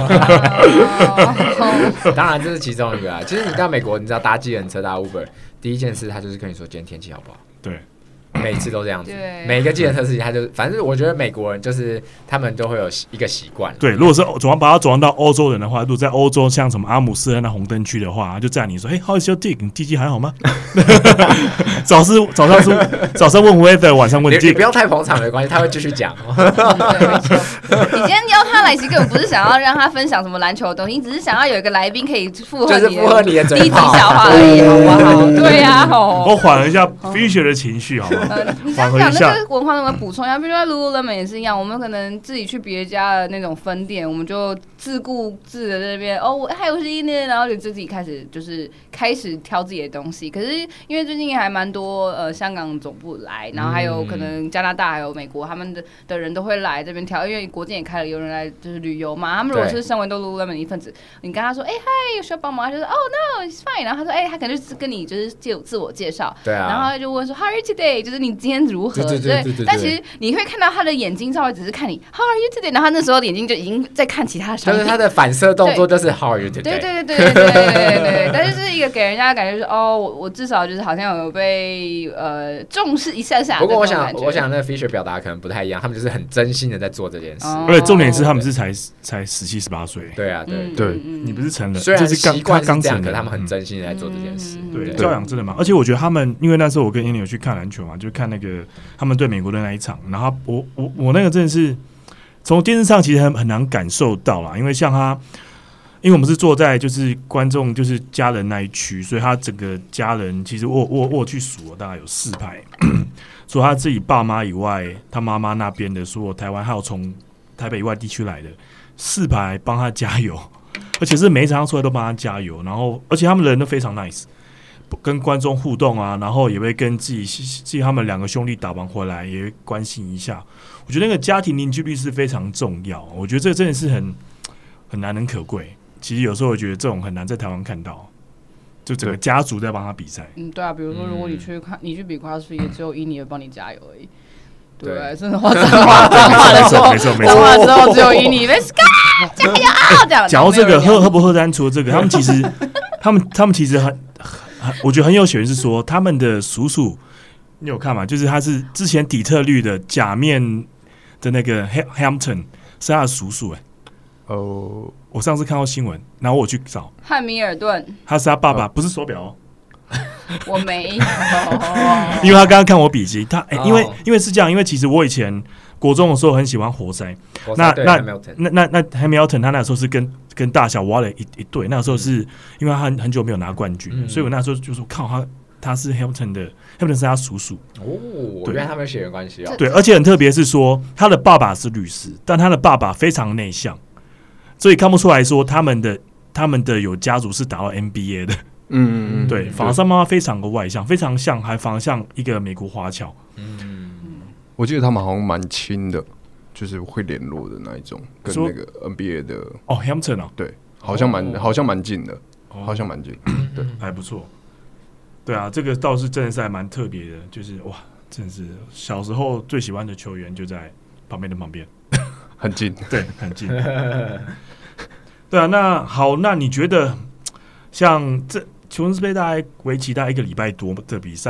当然这是其中一个啊。其实你到美国，你知道搭计程车搭 Uber， 第一件事他就是跟你说今天天气好不好？ 对。 每次都这样子，每个计程车司机他就反正我觉得美国人就是他们都会有一个习惯。 对，如果是转把他转到欧洲人的话，如果在欧洲像什么阿姆斯特丹红灯区的话，就载你说，嘿 ，How is your dick？ 你鸡鸡还好吗？早是早上是早上问 weather， 晚上问 dick。 你不要太捧场没关系，他会继续讲。 你今天邀他来，其实根本不是想要让他分享什么篮球的东西，你只是想要有一个来宾可以附和你的低级笑话而已，好不好？对呀， 我缓了一下 Fisher 的情绪，好吗？ 呃，你刚讲那个文化怎么补充一下？比如说 Lululemon 也是一样，我们可能自己去别家的那种分店，我们就自顾自的在那边哦，还有是一年，然后就自己开始就是开始挑自己的东西。可是因为最近还蛮多呃香港总部来，然后还有可能加拿大还有美国他们的的人都会来这边挑，因为国境也开了，有人来就是旅游嘛。他们如果是身为 Lululemon 的一份子，你跟他说哎嗨，有需要帮忙，他就说哦 no it's fine， 然后他说哎他可能就是跟你就是自我介绍， 对啊， 然后他就问说 How are you today？ 就是你今天如何？ 对对对对。 但其实你会看到他的眼睛稍微只是看你 How are you today？ 然后他那时候眼睛就已经在看其他的商品， 就是他的反射动作就是 How are you today？ 对对对对对对对对。但是是一个给人家的感觉是哦，我我至少就是好像有被呃重视一下下。 不过我想我想那个 Fisher 表达可能不太一样，他们就是很真心的在做这件事。 而且重点是他们是才才十七十八岁。 对啊对对，你不是成人， 虽然习惯是这样，可他们很真心的在做这件事。 对，教养真的蛮。而且我觉得他们，因为那时候我跟 Annie 有去看篮球嘛，就看那个他们对美国的那一场，然后我我我那个真的是从电视上其实很很难感受到啦，因为像他，因为我们是坐在就是观众就是家人那一区，所以他整个家人其实我我我去数了大概有四排，除了他自己爸妈以外，他妈妈那边的所有台湾还有从台北以外地区来的四排帮他加油，而且是每一场出来都帮他加油，然后而且他们人都非常 nice。跟观众互动啊，然后也会跟自己自己他们两个兄弟打完回来，也会关心一下。我觉得那个家庭凝聚力是非常重要，我觉得这真的是很很难能可贵。其实有时候我觉得这种很难在台湾看到，就整个家族在帮他比赛。 嗯，对啊，比如说如果你去看，你去比 CrossFit， 也只有伊妮会帮你加油而已。对，真的话脏话脏话的时候，脏话之后只有伊妮被加油这样。 讲到这个喝喝不喝单，除了这个，他们其实他们他们其实很。我觉得很有趣是说，他们的叔叔，你有看吗？就是他是之前底特律的假面的那个 Hampton 是他的叔叔哎、欸。哦，我上次看到新闻，然后我去找汉密尔顿， 他是他爸爸，哦、不是手表哦。 我没有， 因为他刚刚看我笔记，他、欸、因为因为是这样，因为其实我以前国中的时候很喜欢活塞，那那那那那 Hamilton 他那时候是跟跟大小挖了一一队，那时候是、嗯、因为他很很久没有拿冠军、嗯，所以我那时候就说靠他他是 Hamilton 的 Hamilton 是他叔叔哦，原来他们有血缘关系哦， 对，而且很特别是说他的爸爸是律师，但他的爸爸非常内向，所以看不出来说他们的他们的有家族是打到 N B A 的。嗯，对，反而他妈妈非常的外向，非常像，还反而像一个美国华侨。嗯， 我记得他们好像蛮亲的，就是会联络的那一种，跟那个 N B A 的哦 Hampton 啊， 对，好像蛮、哦、好像蛮近的，哦、好像蛮近，对， 还不错。对啊，这个倒是真的是还蛮特别的，就是哇，真的是小时候最喜欢的球员就在旁边的旁边， 很近， 对，很近。对啊，那好，那你觉得像这？琼斯杯大概为期大概一个礼拜多的比赛嘛，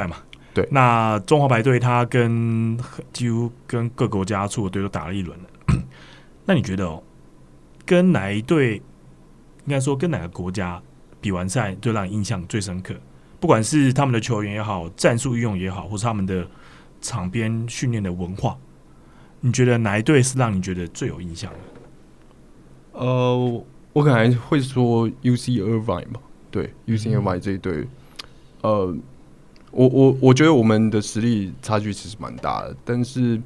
对， 那中华白队他跟几乎跟各国家出的队都打了一轮了。那你觉得哦，跟哪一队，应该说跟哪个国家比完赛最让你印象最深刻？不管是他们的球员也好，战术运用也好，或是他们的场边训练的文化，你觉得哪一队是让你觉得最有印象的？ 呃，我可能会说 U C Irvine 吧，对 ，U C Irvine 这一队，呃，我我我觉得我们的实力差距其实蛮大的，但是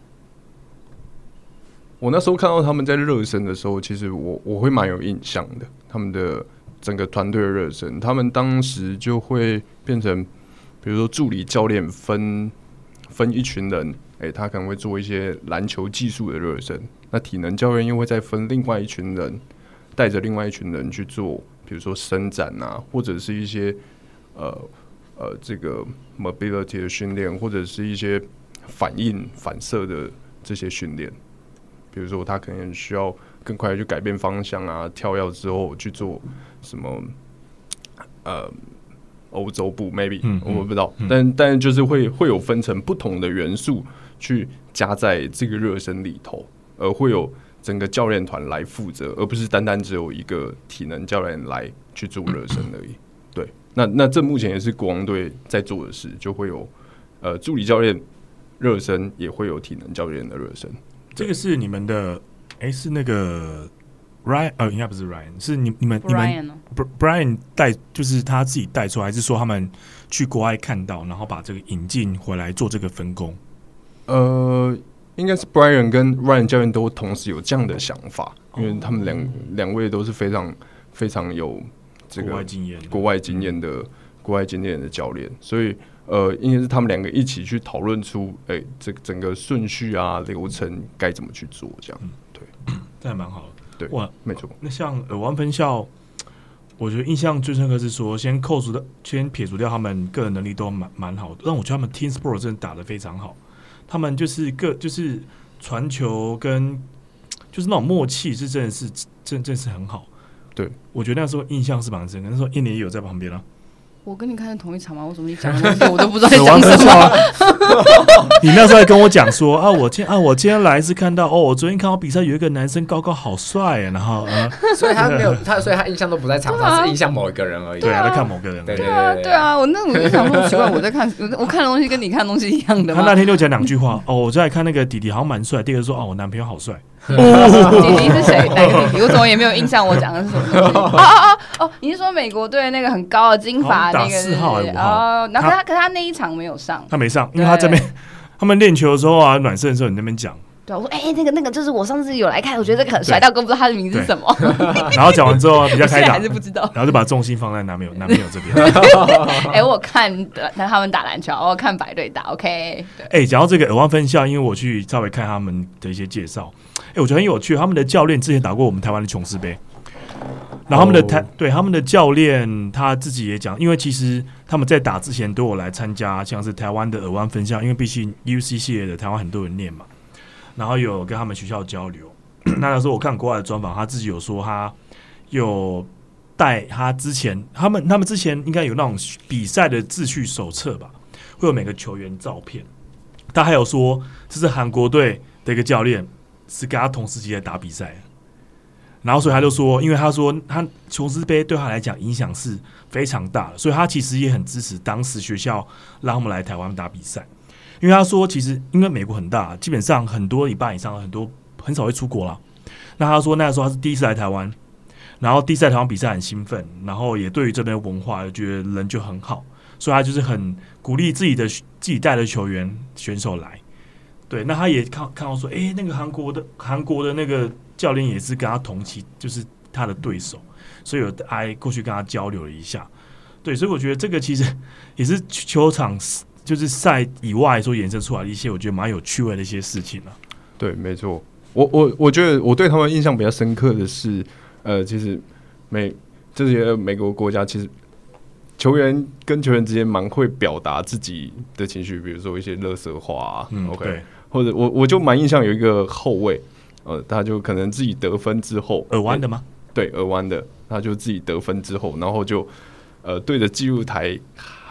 我那时候看到他们在热身的时候，其实我我会蛮有印象的，他们的整个团队的热身，他们当时就会变成，比如说助理教练分分一群人，哎、欸，他可能会做一些篮球技术的热身。那体能教练又会再分另外一群人，带着另外一群人去做，比如说伸展啊，或者是一些呃呃这个 mobility 的训练，或者是一些反应反射的这些训练。比如说他可能需要更快的去改变方向啊，跳跃之后去做什么呃欧洲步 maybe、嗯、我不知道，嗯、但但就是会会有分成不同的元素去加在这个热身里头。而会有整个教练团来负责，而不是单单只有一个体能教练来去做热身而已。对，那那这目前也是国王队在做的事，就会有呃助理教练热身，也会有体能教练的热身。 这个是你们的，哎、欸，是那个 Ryan， 呃，应该不是 Ryan， 是你你们 Brian 你们 Brian 带，就是他自己带出来，还是说他们去国外看到，然后把这个引进回来做这个分工？ 呃。应该是 Brian 跟 Ryan 教练都同时有这样的想法，因为他们两两位都是非常非常有这个国外经验、 国外经验的国外经验的教练，所以呃，应该是他们两个一起去讨论出，哎、欸，这整个顺序啊流程该怎么去做，这样，对， 这还蛮好的， 对， 哇， 没错。 那像尔湾分校，我觉得印象最深刻是说，先扣除的，先撇除掉他们个人能力都蛮蛮好的，但我觉得他们 Team Sport 真的打得非常好。他们就是个就是传球跟就是那种默契是真的是真真是很好。 对， 我觉得那时候印象是蛮深的。那时候印尼也有在旁边啊。 我跟你看的同一场吗？为什么你讲的东西我都不知道在讲什么？ 你那时候还跟我讲说啊，我今天啊，我今天来是看到哦，我昨天看到比赛有一个男生高高好帅、啊，然后呃， 所以他没有他，所以他印象都不在场上，是印象某一个人而已。 对啊，在看某个人。 对对啊，对啊，我那我就想说奇怪，我在看我看的东西跟你看的东西一样的吗？ 他那天就讲两句话哦，我在看那个弟弟好像蛮帅，第二个说哦，我男朋友好帅。 哦、弟弟是谁？哪个弟弟？我怎么也没有印象，我讲的是什么东西？哦哦哦哦！你是说美国队那个很高的金发那个？ 四号还是五号？ 哦，然后他可是他那一场没有上， 他没上，因为他这边他们练球的时候啊，暖身的时候你那边讲。 对，我说哎、欸，那个那个就是我上次有来看，我觉得这个很帅，但我不知道他的名字是什么。 然后讲完之后比较开打， 还是不知道， 然后就把重心放在男朋友男朋友这边。 哎、欸，我看他们打篮球，我看白队打 ，OK。 哎，讲、欸、到这个尔湾分校，因为我去稍微看他们的一些介绍，哎、欸，我觉得很有趣。他们的教练之前打过我们台湾的琼斯杯，然后他们的台、oh. 对他们的教练他自己也讲，因为其实他们在打之前都有来参加，像是台湾的尔湾分校，因为毕竟 U C 系列的台湾很多人念嘛。然后有跟他们学校交流，那那时候我看国外的专访，他自己有说他有带他之前，他们他们之前应该有那种比赛的秩序手册吧，会有每个球员照片。他还有说这是韩国队的一个教练是跟他同时期在打比赛，然后所以他就说，因为他说他琼斯杯对他来讲影响是非常大的，所以他其实也很支持当时学校让他们来台湾打比赛。因为他说，其实因为美国很大，基本上很多一半以上很多很少会出国啦。那他说那个时候他是第一次来台湾，然后第一次来台湾比赛很兴奋，然后也对于这边文化觉得人就很好，所以他就是很鼓励自己的自己带的球员选手来。对，那他也看看到说，哎、欸，那个韩国的韩国的那个教练也是跟他同期，就是他的对手，所以有挨过去跟他交流了一下。对，所以我觉得这个其实也是球场。就是赛以外所衍生出来的一些，我觉得蛮有趣味的一些事情啊。 对，没错。我我我觉得我对他们印象比较深刻的是，呃，其实美这些美国国家，其实球员跟球员之间蛮会表达自己的情绪，比如说一些垃圾话啊、嗯、，OK， 或者我我就蛮印象有一个后卫，呃，他就可能自己得分之后， 尔湾的吗？ 对，尔湾的，他就自己得分之后，然后就呃对着记录台喊。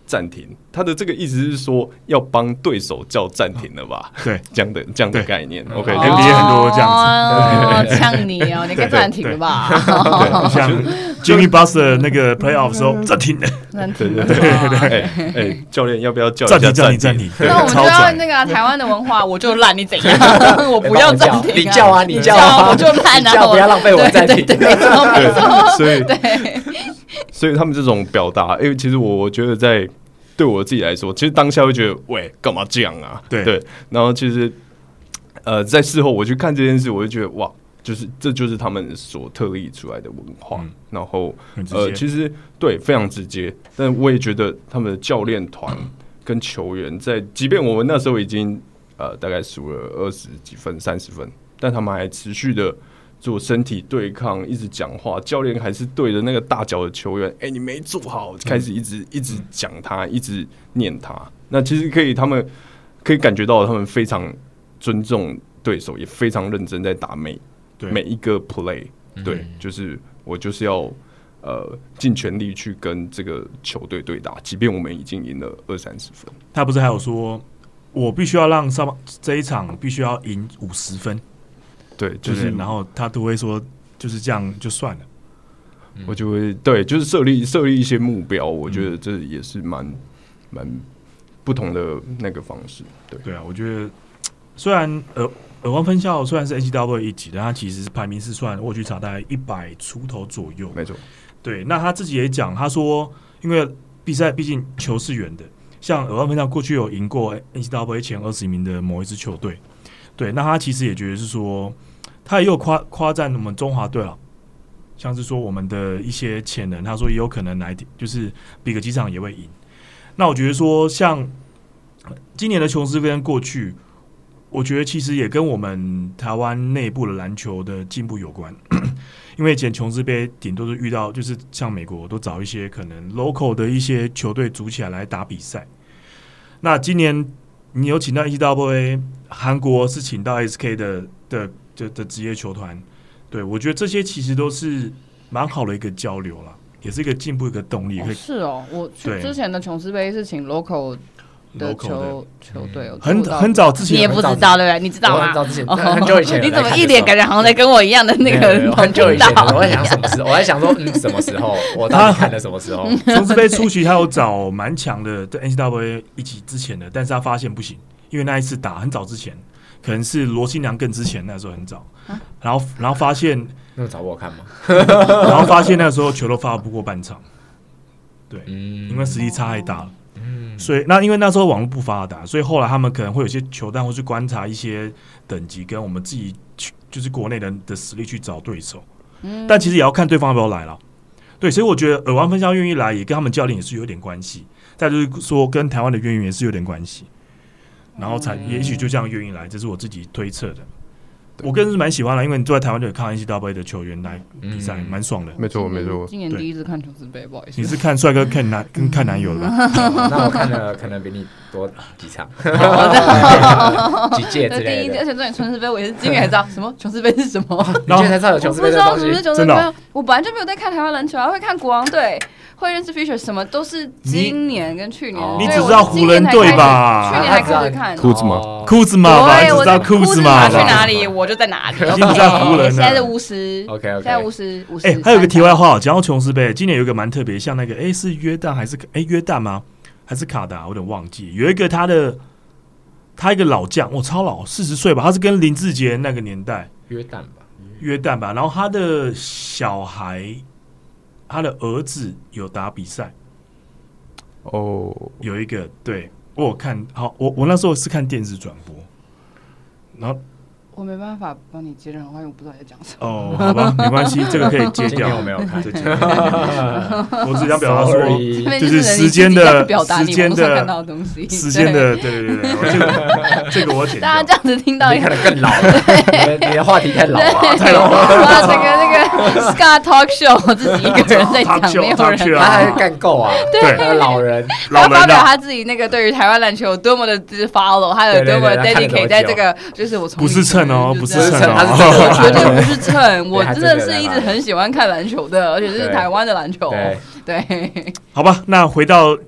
暂停，他的这个意思是说要帮对手叫暂停了吧？ 对， 这样的这样的概念。OK， N B A 很多这样子，呛你哦，你该暂停了吧？ 像 Jimmy Butler 那个 Playoff 的时候暂停了， 暂停了。 对对对，哎哎，教练要不要叫暂停暂停暂停？ 那我们就要那个台湾的文化，我就烂，你怎样？我不要暂停， 你叫啊，你叫啊， 我就烂啊， 不要浪费我暂停。 没错没错， 所以对。 所以他们这种表达，因为其实我我觉得在对我自己来说，其实当下会觉得，喂，干嘛这样啊？ 对对。然后其实，呃，在事后我去看这件事，我就觉得，哇，就是这就是他们所特立出来的文化。嗯、然后，呃，其实对非常直接，但我也觉得他们的教练团跟球员在，即便我们那时候已经呃大概输了二十几分、三十分，但他们还持续的。做身体对抗，一直讲话，教练还是对着那个大脚的球员，哎、欸，你没做好，开始一直一直讲他，一直念他。那其实可以，他们可以感觉到他们非常尊重对手，也非常认真在打每每一个 play。对，嗯、就是我就是要呃尽全力去跟这个球队对打，即便我们已经赢了二三十分。 他不是还有说，我必须要让上这一场必须要赢五十分。 对， 就是，然后他都会说，就是这样就算了。 嗯、我就会对，就是设立设立一些目标，我觉得这也是蛮蛮不同的那个方式。对， 对啊，我觉得虽然耳耳光分校虽然是 N C double A 一级，但他其实是排名是算我去查大概一百出头左右。 没错， 对，那他自己也讲，他说，因为比赛毕竟球是圆的，像耳光分校过去有赢过 N C double A 前二十名的某一支球队，对，那他其实也觉得是说。他也有夸夸赞我们中华队了，像是说我们的一些潜能，他说也有可能来就是比个几场也会赢。那我觉得说，像今年的琼斯杯跟过去，我觉得其实也跟我们台湾内部的篮球的进步有关。因为以前琼斯杯顶多是遇到就是像美国都找一些可能 local 的一些球队组起来来打比赛。那今年你有请到 N C double A， 韩国是请到 S K 的的。的职业球团，对，我觉得这些其实都是蛮好的一个交流啦，也是一个进步一个动力。 哦是哦，我去之前的琼斯杯是请 local 的球球队， 很很早之前你也不知道对不对？你知道吗？ 很早之前，很久以前。 你怎么一脸感觉好像在跟我一样的那个？ 很久以前，我在想什么时候？我在想说，嗯，什么时候？我到底看了什么时候？ 琼斯杯初期他有找蛮强的，在 N C double A 一起之前的，但是他发现不行，因为那一次打很早之前。可能是罗新娘更之前，那时候很早，啊、然后然后发现那么早我看吗？ 然后发现那时候球都发不过半场，对， 嗯、 因为实力差太大了，嗯、所以那因为那时候网络不发达，所以后来他们可能会有些球探会去观察一些等级跟我们自己就是国内人的实力去找对手，嗯、但其实也要看对方要不要来了，对，所以我觉得耳湾分校愿意来，也跟他们教练也是有点关系，再就是说跟台湾的渊源也是有点关系。然后才也许就这样愿意来，这是我自己推测的。我个人是蛮喜欢的，因为你坐在台湾就有看 N C double A 的球员来比赛，蛮、嗯、爽的。 没错，没错。 今年第一次看琼斯杯，不好意思。 你是看帅哥看男跟看男友的吧？ 那我看了可能比你多几场，几届之类的。 第一届，而且重点琼斯杯，我也是今年才知道什么琼斯杯是什么。 你今年才知道有琼斯杯的东西， 真的。 我本来就没有在看台湾篮球，会看国王队。会认识 Fisher 什么都是今年跟去年， 你只知道湖人队吧？ 去年还开始看库兹马， 库兹马吧？只知道库兹马去哪里我就在哪里。 已经在湖人了， 现在是巫师 ，OK OK， 现在巫师巫师。 哎，还有个题外话，讲到琼斯杯，今年有一个蛮特别，像那个哎是约旦还是哎约旦吗？还是卡达？我有点忘记。有一个他的他一个老将，我超老，四十岁吧，他是跟林志杰那个年代。 约旦吧， 约旦吧。然后他的小孩，他的儿子有打比赛。 哦， 有一个对我有看好，我我那时候是看电视转播，然后我没办法帮你接任何话，因为我不知道在讲什么。 哦，好吧，没关系，这个可以接掉。 我没有看， 我只想表达说，就是时间的时间的看到的东西， 时间的，对对对对，这个这个我剪掉。 大家这样子听到， 你可能更老了，你的话题太老了， 太老了。 哇，整个那个 Scott Talk Show， 我自己一个人在讲，没有人， 他还干够啊， 对， 老人， 他发表他自己那个对于台湾篮球有多么的 follow， 他有多么 dedicate 在这个，就是我从不是蹭哦，不是蹭哦， 我绝对不是蹭，我真的是一直很喜欢看篮球的，而且是台湾的篮球。对， 好吧，那回到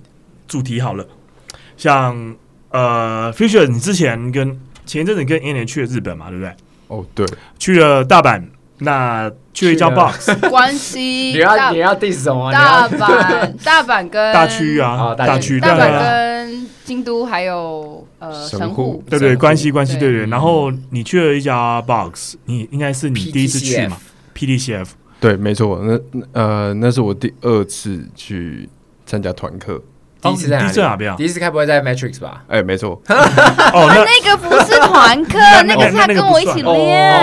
主题好了，像呃 Fisher， 你之前跟前一阵子跟 Annie 去了日本嘛，对不对？ 哦，对， 去了大阪，那去了一家 box， 关西， 你要你要 diss 什么？ 大阪，大阪跟大区啊， 哦大区大区， 大阪对啊跟京都还有呃神户神户， 对对， 神户关系关系， 对对对。然后你去了一家 box， 你应该是你第一次去嘛 ？P D C F， 对，没错，那呃，那是我第二次去参加团课。 第一次在第一次在哪边啊第？一次该不会在 Matrix 吧？ 哎、没错， 哦，那那个不是团课，那个是他跟我一起练，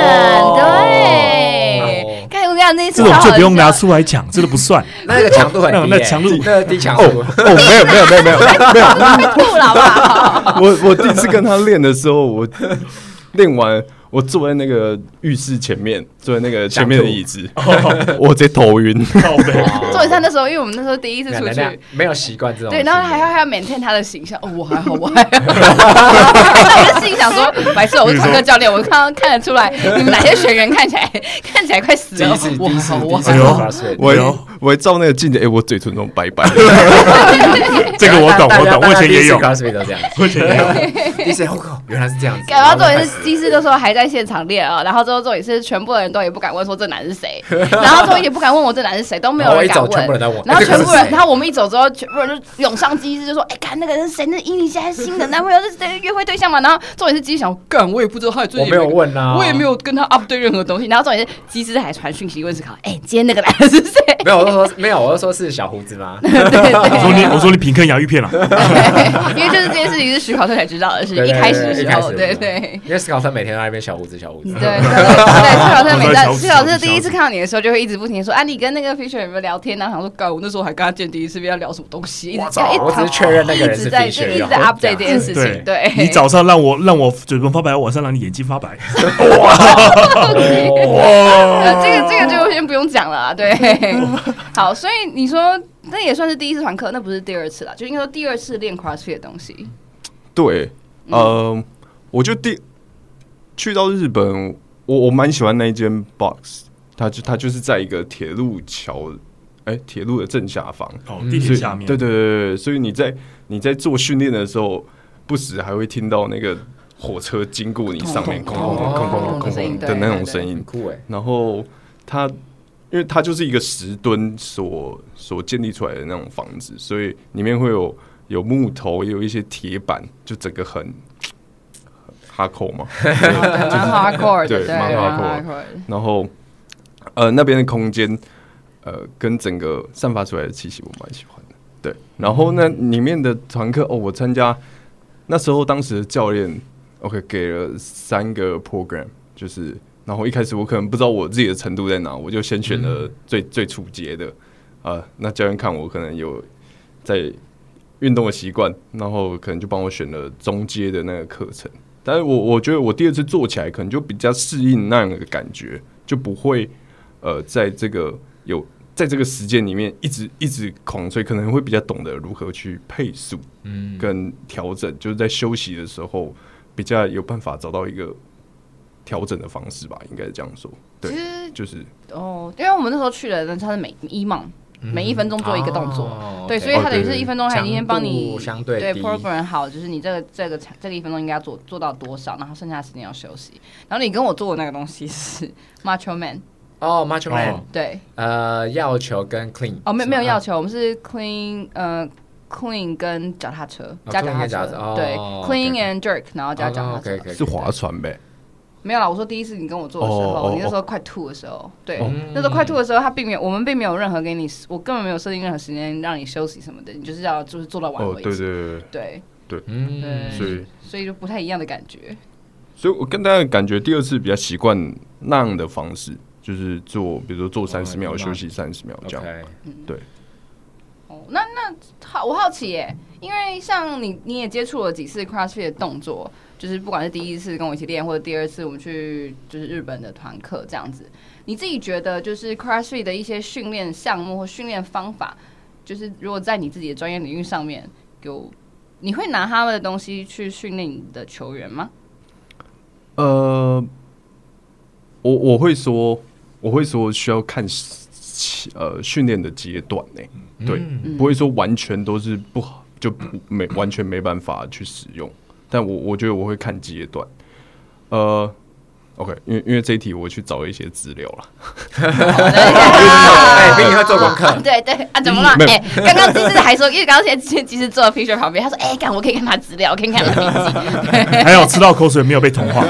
对。看我讲那次这种就不用拿拿出来讲，这个不算。 那个强度很低、欸， 那强度那个低强哦度。 哦，没有没有没有没有没有， 吐了好不好？ 我我第一次跟他练的时候，我练完，我坐在那个浴室前面，坐在那个前面的椅子，我直接头晕。 靠背做一下那时候，因为我们那时候第一次出没有去， 没有习惯这种。 对，然后还要还要 maintain 他的形象。哦，我还好，我还好。我就心里想说，白色，我是团课教练，我刚刚看得出来，你们哪些学员看起来看起来快死了。 第一次，第一次， 我还好，我第一次还好。 CrossFit 我还我还照那个镜子，哎、我嘴唇那种白白的。 这个我懂，我懂，我以前也有， CrossFit 都这样。 我以前也有。 第一次，我靠，原来是这样子。 然后重点是机师的时候还在现场练啊，然后之后重点是全部的人都也不敢问说这男是谁，然后之后也不敢问我这男是谁，都没有人敢问。 全部人在问， 然后全部人，然后我们一走之后，全部人就涌上机师就说：“哎，看那个人是谁？那伊妮现在新的男朋友是谁？约会对象嘛？”然后重点是机师想，干我也不知道他最近我没有问啊， 我也没有跟他 update 任何东西。然后重点是机师还传讯息问思考：“哎，今天那个男的是谁？” 没有，我就说没有，我就说是小胡子吗？ 对对我说你，我说你平坑洋芋片了。 因为就是这件事情是徐考特才知道的事，一开始的时候，对对。 因为史考特每天都在那边小胡子小胡子。 对对对，徐考特每次徐考特第一次看到你的时候，就会一直不停说：“啊，你跟那个 Fisher 有没有聊天？”然后想说：“干，我那时候还跟他见第一次，要聊什么东西？”一直讲， 我只是确认那个人是 Fisher， 一直在 update 这件事情。对， 你早上让我让我嘴唇发白，晚上让你眼睛发白。 哇！这个这个就先不用讲了，对。好，所以你说那也算是第一次团课，那不是第二次啦，就应该说第二次练 CrossFit 的东西。 对，呃，我就第去到日本，我我蛮喜欢那一间 box， 它就它就是在一个铁路桥，哎、欸，铁路的正下方， 哦，地铁下面。 对对对对，所以你在你在做训练的时候，不时还会听到那个火车经过你上面，空空空空空空空的那种声音， 酷哎。 然后它。因为它就是一个石墩所所建立出来的那种房子，所以里面会有有木头，也有一些铁板，就整个很哈扣嘛， 蛮 hardcore 的， 对，蛮 hardcore 的。然后呃那边的空间，呃跟整个散发出来的气息，我蛮喜欢的。对，然后那里面的团课哦，我参加那时候当时的教练 OK 给了三个 program， 就是。然后一开始我可能不知道我自己的程度在哪，我就先选了最、嗯、最初阶的，呃，那教练看我可能有在运动的习惯，然后可能就帮我选了中阶的那个课程。但是我我觉得我第二次做起来可能就比较适应那样的感觉，就不会呃在这个有在这个时间里面一直一直狂，所以可能会比较懂得如何去配速，嗯，跟调整，就是在休息的时候比较有办法找到一个。调整的方式吧，应该是这样说。对，就是哦，因为我们那时候去的人，他是每一忙、嗯、每一分钟做一个动作，哦、对， okay, 所以他等于是一分钟，他已经先帮你相对对 program 好，就是你这个这个这个一分钟应该要做做到多少，然后剩下的时间要休息。然后你跟我做的那个东西是 Macho Man 哦 ，Macho Man，、哦、 对， 呃，药球跟 clean 哦，没没有药球，我们是 clean 呃。clean 跟脚踏车加脚踏车，哦、对、哦、，clean and jerk， 然后加脚踏车， okay, okay, okay, 是划船呗？ 没有啦，我说第一次你跟我做的时候，哦、你那时候快吐的时候，对， 哦、 那时候快吐的时候，他并没有，我们并没有任何给你，我根本没有设定任何时间让你休息什么的，你就是要就是做到完为止， 哦、对对对对对， 嗯， 对， 所以所以就不太一样的感觉。 所以我跟大家感觉第二次比较习惯那样的方式，就是做，比如说做三十秒、哦、休息三十秒这样， okay, 对。 哦，那那好，我好奇耶，因为像你，你也接触了几次 CrossFit 的动作，就是不管是第一次跟我一起练，或者第二次我们去就是日本的团课这样子，你自己觉得就是 CrossFit 的一些训练项目或训练方法，就是如果在你自己的专业领域上面，有你会拿他们的东西去训练你的球员吗？ 呃，我我会说，我会说需要看呃训练的阶段呢、欸，对，嗯、不会说完全都是不就没完全没办法去使用。但我我觉得我会看阶段，呃。OK， 因为因为这一题我去找了一些资料了。 哎，比你会做功课。 对对啊，怎么了？哎，刚刚其实还说，因为刚刚现其实坐在 Fisher 旁边，他说：“哎，干，我可以看他资料，可以看他笔记。” 还有吃到口水没有被同化。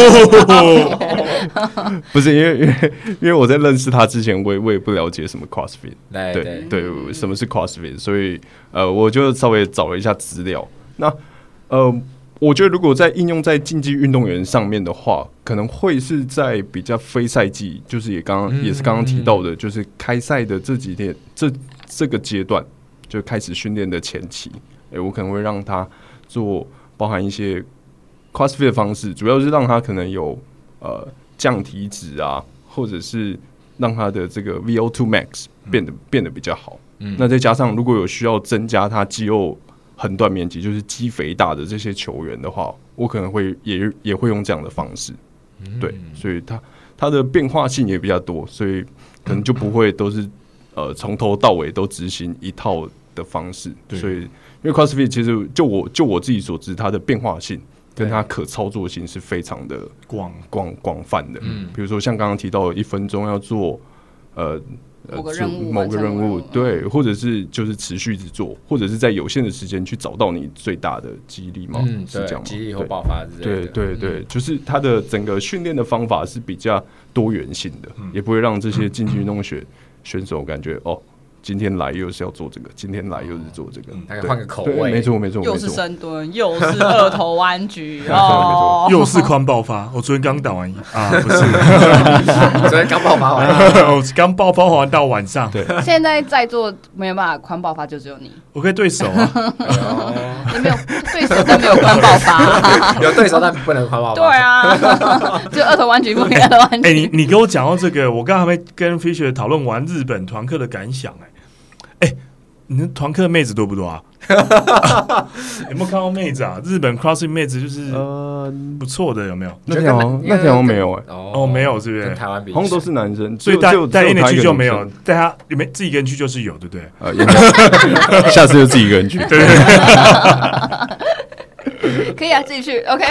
不是因为因为因为我在认识他之前，我也我也不了解什么 CrossFit， 对对对，什么是 CrossFit， 所以呃，我就稍微找了一下资料。那呃。我觉得如果在应用在竞技运动员上面的话，可能会是在比较非赛季，就是也刚刚、嗯、也是刚刚提到的，就是开赛的这几天这这个阶段，就开始训练的前期，哎、欸，我可能会让他做包含一些 CrossFit 的方式，主要是让他可能有呃降体脂啊，或者是让他的这个 V O 二 max 变得、嗯、变得比较好。嗯，那再加上如果有需要增加他肌肉横断面积，就是肌肥大的这些球员的话，我可能会也也会用这样的方式，嗯、对，所以它它的变化性也比较多，所以可能就不会都是呃从头到尾都执行一套的方式。所以因为 CrossFit 其实就我就我自己所知，它的变化性跟它可操作性是非常的广广广泛的。嗯，比如说像刚刚提到一分钟要做呃。 某个任务， 某个任务，对，或者是就是持续去做，或者是在有限的时间去找到你最大的激励嘛？嗯，是这样吗？ 激励或爆发之类的。 对对对，嗯、就是它的整个训练的方法是比较多元性的，嗯、也不会让这些竞技运动选选手感觉哦。今天来又是要做这个，今天来又是做这个， 大概换个口味， 没错没错， 又是深蹲，又是二头弯举，哦， 又是髋爆发。我昨天刚打完啊，不是， 昨天刚爆发完， 我刚爆发完到晚上。对， 现在在座没有办法髋爆发，就只有你。 我可以对手啊， 你没有对手，但没有髋爆发， 有对手但不能髋爆发。 对啊，就二头弯举不能二头弯举。 哎，你你给我讲到这个，我刚刚还没跟 Fisher 讨论完日本团课的感想哎。哎、欸，你的团课妹子多不多啊？有没有看到妹子啊？日本 CrossFit 妹子就是不错的，有没有？ 那条那条没有哎、 欸，哦，没有，是不是？ 跟台湾比， 好像都是男生， 所以带带 A 去就没有，带他你们自己一个人去就是有，对不对？ 呃，下次就自己一个人去，对。 可以啊，自己去 ，OK，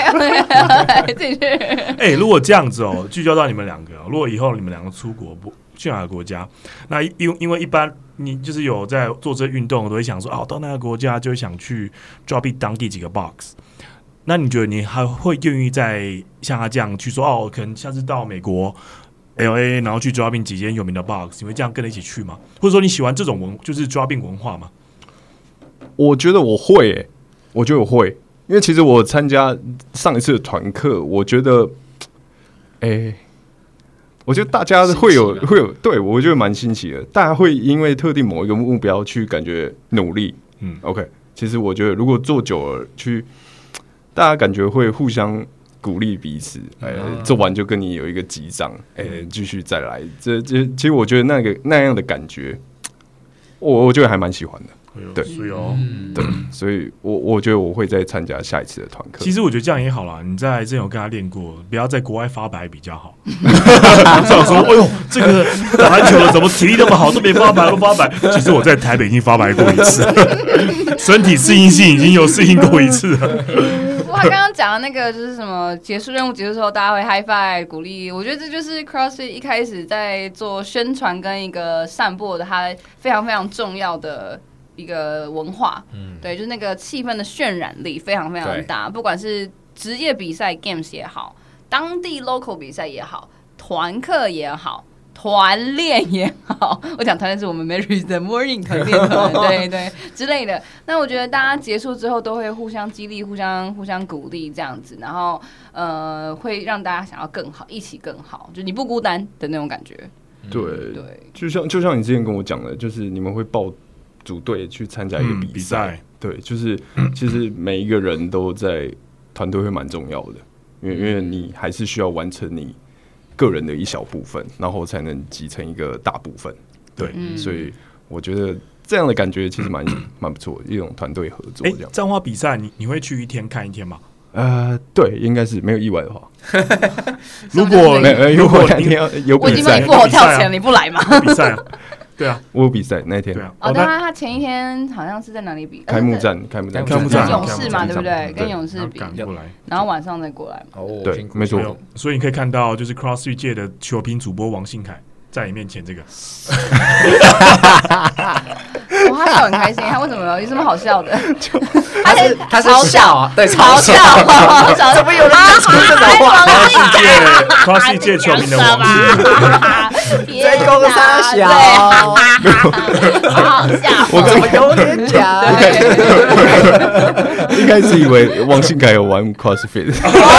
OK， 自己去。 哎、欸，如果这样子哦，聚焦到你们两个、哦，如果以后你们两个出国不去哪个国家，那因因为一般你就是有在做这运动，都会想说哦，到那个国家就会想去 drop it 当第几个 box。那你觉得你还会愿意再像他这样去说哦，可能下次到美国 L A， 然后去 drop in 几间有名的 box， 你会这样跟他一起去吗？或者说你喜欢这种文就是 drop in 文化吗？ 我觉得我会、欸，我觉得我会。因为其实我参加上一次的团课，我觉得，哎、欸，我觉得大家会有会有对我觉得蛮新奇的，大家会因为特定某一个目标去感觉努力，嗯 ，OK。其实我觉得如果做久了，去大家感觉会互相鼓励彼此，哎、欸，做完就跟你有一个击掌，哎、欸，继续再来。这这其实我觉得那个那样的感觉，我我觉得还蛮喜欢的。对， 所以哦， 对，所以我我觉得我会再参加下一次的团课。 其实我觉得这样也好啦，你在之前有跟他练过，不要在国外发白比较好。这样说，哎呦，这个打篮球的怎么体力那么好，都没发白，都发白。其实我在台北已经发白过一次，身体适应性已经有适应过一次了。 不过他刚刚讲的那个就是什么，结束任务结束之后，大家会 high five 鼓励。我觉得这就是 CrossFit 一开始在做宣传跟一个散播的，它非常非常重要的一个文化，嗯，对，就是那个气氛的渲染力非常非常大，不管是职业比赛 games 也好，当地 local 比赛也好，团课也好，团练也好，我讲团练是我们 Mary's the Morning 团练团，对对之类的。那我觉得大家结束之后都会互相激励、互相互相鼓励这样子，然后呃，会让大家想要更好，一起更好，就你不孤单的那种感觉。 对对，就像就像你之前跟我讲的，就是你们会报组队去参加一个比赛、嗯，对，就是其实每一个人都在团队会蛮重要的，因为因为你还是需要完成你个人的一小部分，然后才能集成一个大部分，对，嗯、所以我觉得这样的感觉其实蛮蛮不错的，一种团队合作这样。 彰化比赛你你会去一天看一天吗？ 呃，对，应该是没有意外的话。 如果如果那天有比赛， 我已经帮你付好票钱，你不来吗？ 比赛、啊。 对啊， 我有比赛那一天。 对啊， 哦，但他他前一天好像是在哪里比？ 开幕战，开幕战， 开幕战， 勇士嘛，对不对？跟勇士比， 赶过来， 然后晚上再过来。 哦， 对，没错。 所以你可以看到，就是 CrossFit 界的球评主播王信凯在你面前这个。 哇，他笑很开心，他为什么有什么好笑的？ 他是他是笑啊，对， 嘲笑， 怎么有人说这种话 ？CrossFit 界球评的王信凯，在公三小， 好好笑， 我怎么有点假？ 一开始以为王信凯有玩 CrossFit。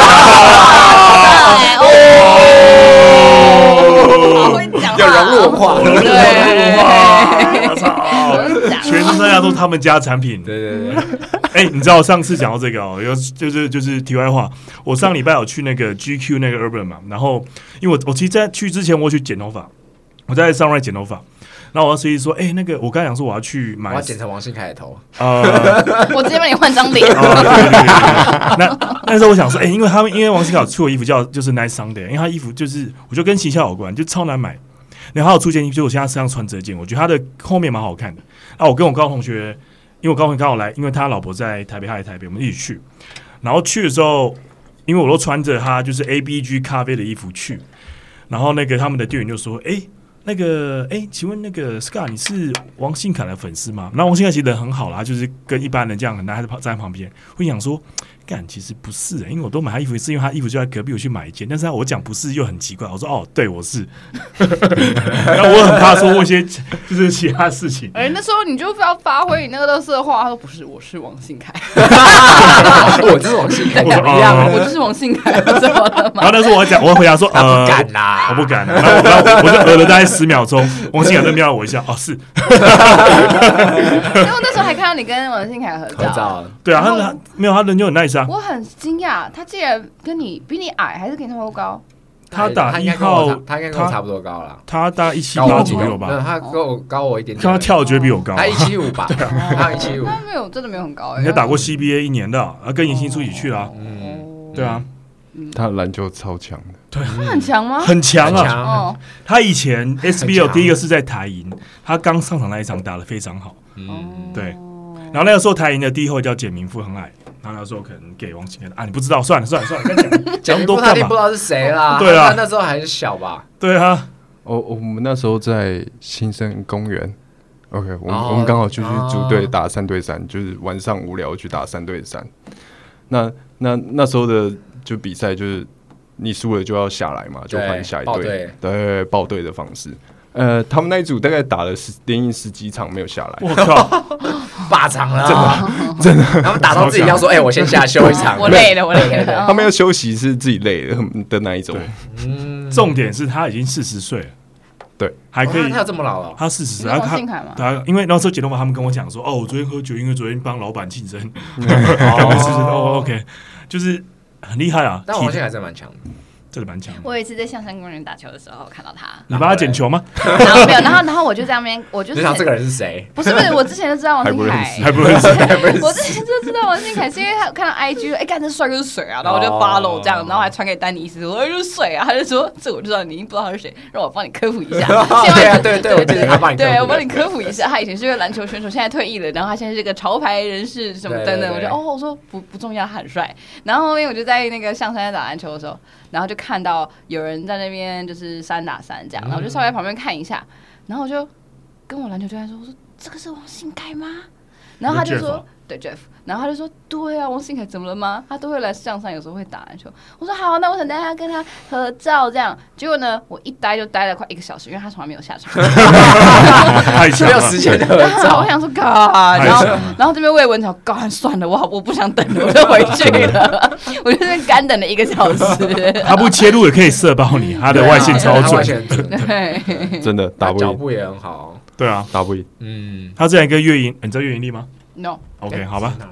有融入文化， 融入文化，操！全身上下都是他们家产品。 对对对。 哎，你知道我上次讲到这个哦，有就是就是题外话，我上礼拜有去那个 G Q 那个 Urban 嘛，然后因为我我其实在去之前我去剪头发，我在上 right 剪头发。然后我要设计说，哎、欸，那个我刚才讲说我要去买， 我要剪成王信凯的头。 呃， 我直接帮你换张脸。 哦、对对对对那那时候我想说，哎、欸，因为他们因为王信凯有出的衣服叫就是 Nice Sunday， 因为他衣服就是我觉得跟形象有关，就超难买。然后他有出件衣服，就我现在身上穿这件，我觉得他的后面蛮好看的。啊，我跟我高中同学，因为我高中刚好来，因为他老婆在台北，他在台北，我们一起去。然后去的时候，因为我都穿着他就是 A B G 咖啡的衣服去，然后那个他们的店员就说，哎、欸。那个，哎，请问那个 Scott， 你是王信凯的粉丝吗？然后王信凯其实人很好啦，就是跟一般人这样很难，还是站在旁边。会想说，干，其实不是、欸，因为我都买他衣服，是因为他衣服就在隔壁，我去买一件。但是我讲不是又很奇怪，我说哦，对，我是。然后我很怕说一些就是其他事情。 哎、欸，那时候你就要发挥你那个垃圾话，他说不是，我是王信凯。 我就是王信凯， 我一样， 我就是王信凯，怎么了嘛？ 然后那时候我讲，我回答说，呃， 不敢啦， 我不敢。然后我然后我就呃了大概十秒钟，王信凯就瞄了我一下，哦，是。因为我那时候还看到你跟王信凯合照， 合照对啊，他没有他人就很 nice 啊。 我很惊讶，他竟然跟你比你矮，还是跟你差不多高。 他打一号， 他应该跟我差不多高了。 他大概一七八左右吧。 他跟我高我一点点。 他跳的绝对比我高。 他一七五吧？他一七五。 他没有，真的没有很高。 人家打过 C B A 一年的，啊，跟尹新书一起去了。 嗯， 对啊。 他篮球超强的。 对， 他很强吗？ 很强啊！ 哦， 他以前 S B L 第一个是在台银，他刚上场那一场打得非常好。嗯，对。然后那个时候台银的第一后卫叫简明富，很矮。然后那时候可能给王信凯啊，你不知道，算了算了算了，讲讲多干嘛？ 他不知道是谁啦。 对啊， 他那时候还是小吧？ 对啊。 哦，我们那时候在新生公园。OK， 我们、哦、我们刚好就去组队打三对三，就是晚上无聊去打三对三。那那那时候的就比赛就是你输了就要下来嘛，就换下一队，对，报队的方式。呃，他们那一组大概打了十连赢十几场没有下来， 我靠， 霸场了， 真的真的， 他们打到自己要说，哎、欸，我先下休一场， 我累了，我累了。 他们要休息是自己累了的那一种。 嗯，重点是他已经四十岁了， 对， 还可以， 哦、他有这么老了， 他四十岁， 他他他因为那时候剪头发，他们跟我讲说，哦，我昨天喝酒，因为昨天帮老板庆生，哦 ，OK， 就是很厉害啊， 但王信凯真的蛮强的。 真的蛮强。 我有一次在象山公园打球的时候看到他， 你帮他捡球吗？ 然后没有，然后然后我就在那边，我就知道这个人是谁？ 不是不是，我之前就知道王信凯， 还不认识，还不认识。 我之前就知道王信凯，是因为他看到 I G， 哎，干这帅哥是谁啊？然后我就 follow 这样，然后还传给丹尼斯，我说就是谁啊？他就说这我就知道，你已经不知道他是谁，让我帮你科普一下。 对啊对对，我记得他帮你， 对我帮你科普一下，他以前是个篮球选手，现在退役了，然后他现在是个潮牌人士什么等等。我就哦，我说不不重要，他很帅。然后后面我就在那个象山打篮球的时候，然后就看到有人在那边就是三打三这样，然后我就稍微在旁边看一下，然后我就跟我篮球教练说：“我说这个是王信凯吗？”然后他就说：“对 Jeff。”然后他就说：“对啊，王信凯怎么了吗？他都会来象山，有时候会打篮球。”我说：“好，那我想带他跟他合照这样。”结果呢，我一待就待了快一个小时，因为他从来没有下场， 没有时间的合照。 我想说，嘎，然后然后这边魏文潮，嘎，算了，我我不想等了，我就回去了。我就在那干等了一个小时。 他不切入也可以射爆你，他的外线超准， 对， 真的打不赢， 脚步也很好。 对啊， 打不赢。 嗯，他之前跟岳银，你知道岳银丽吗 ？No。OK， 好吧。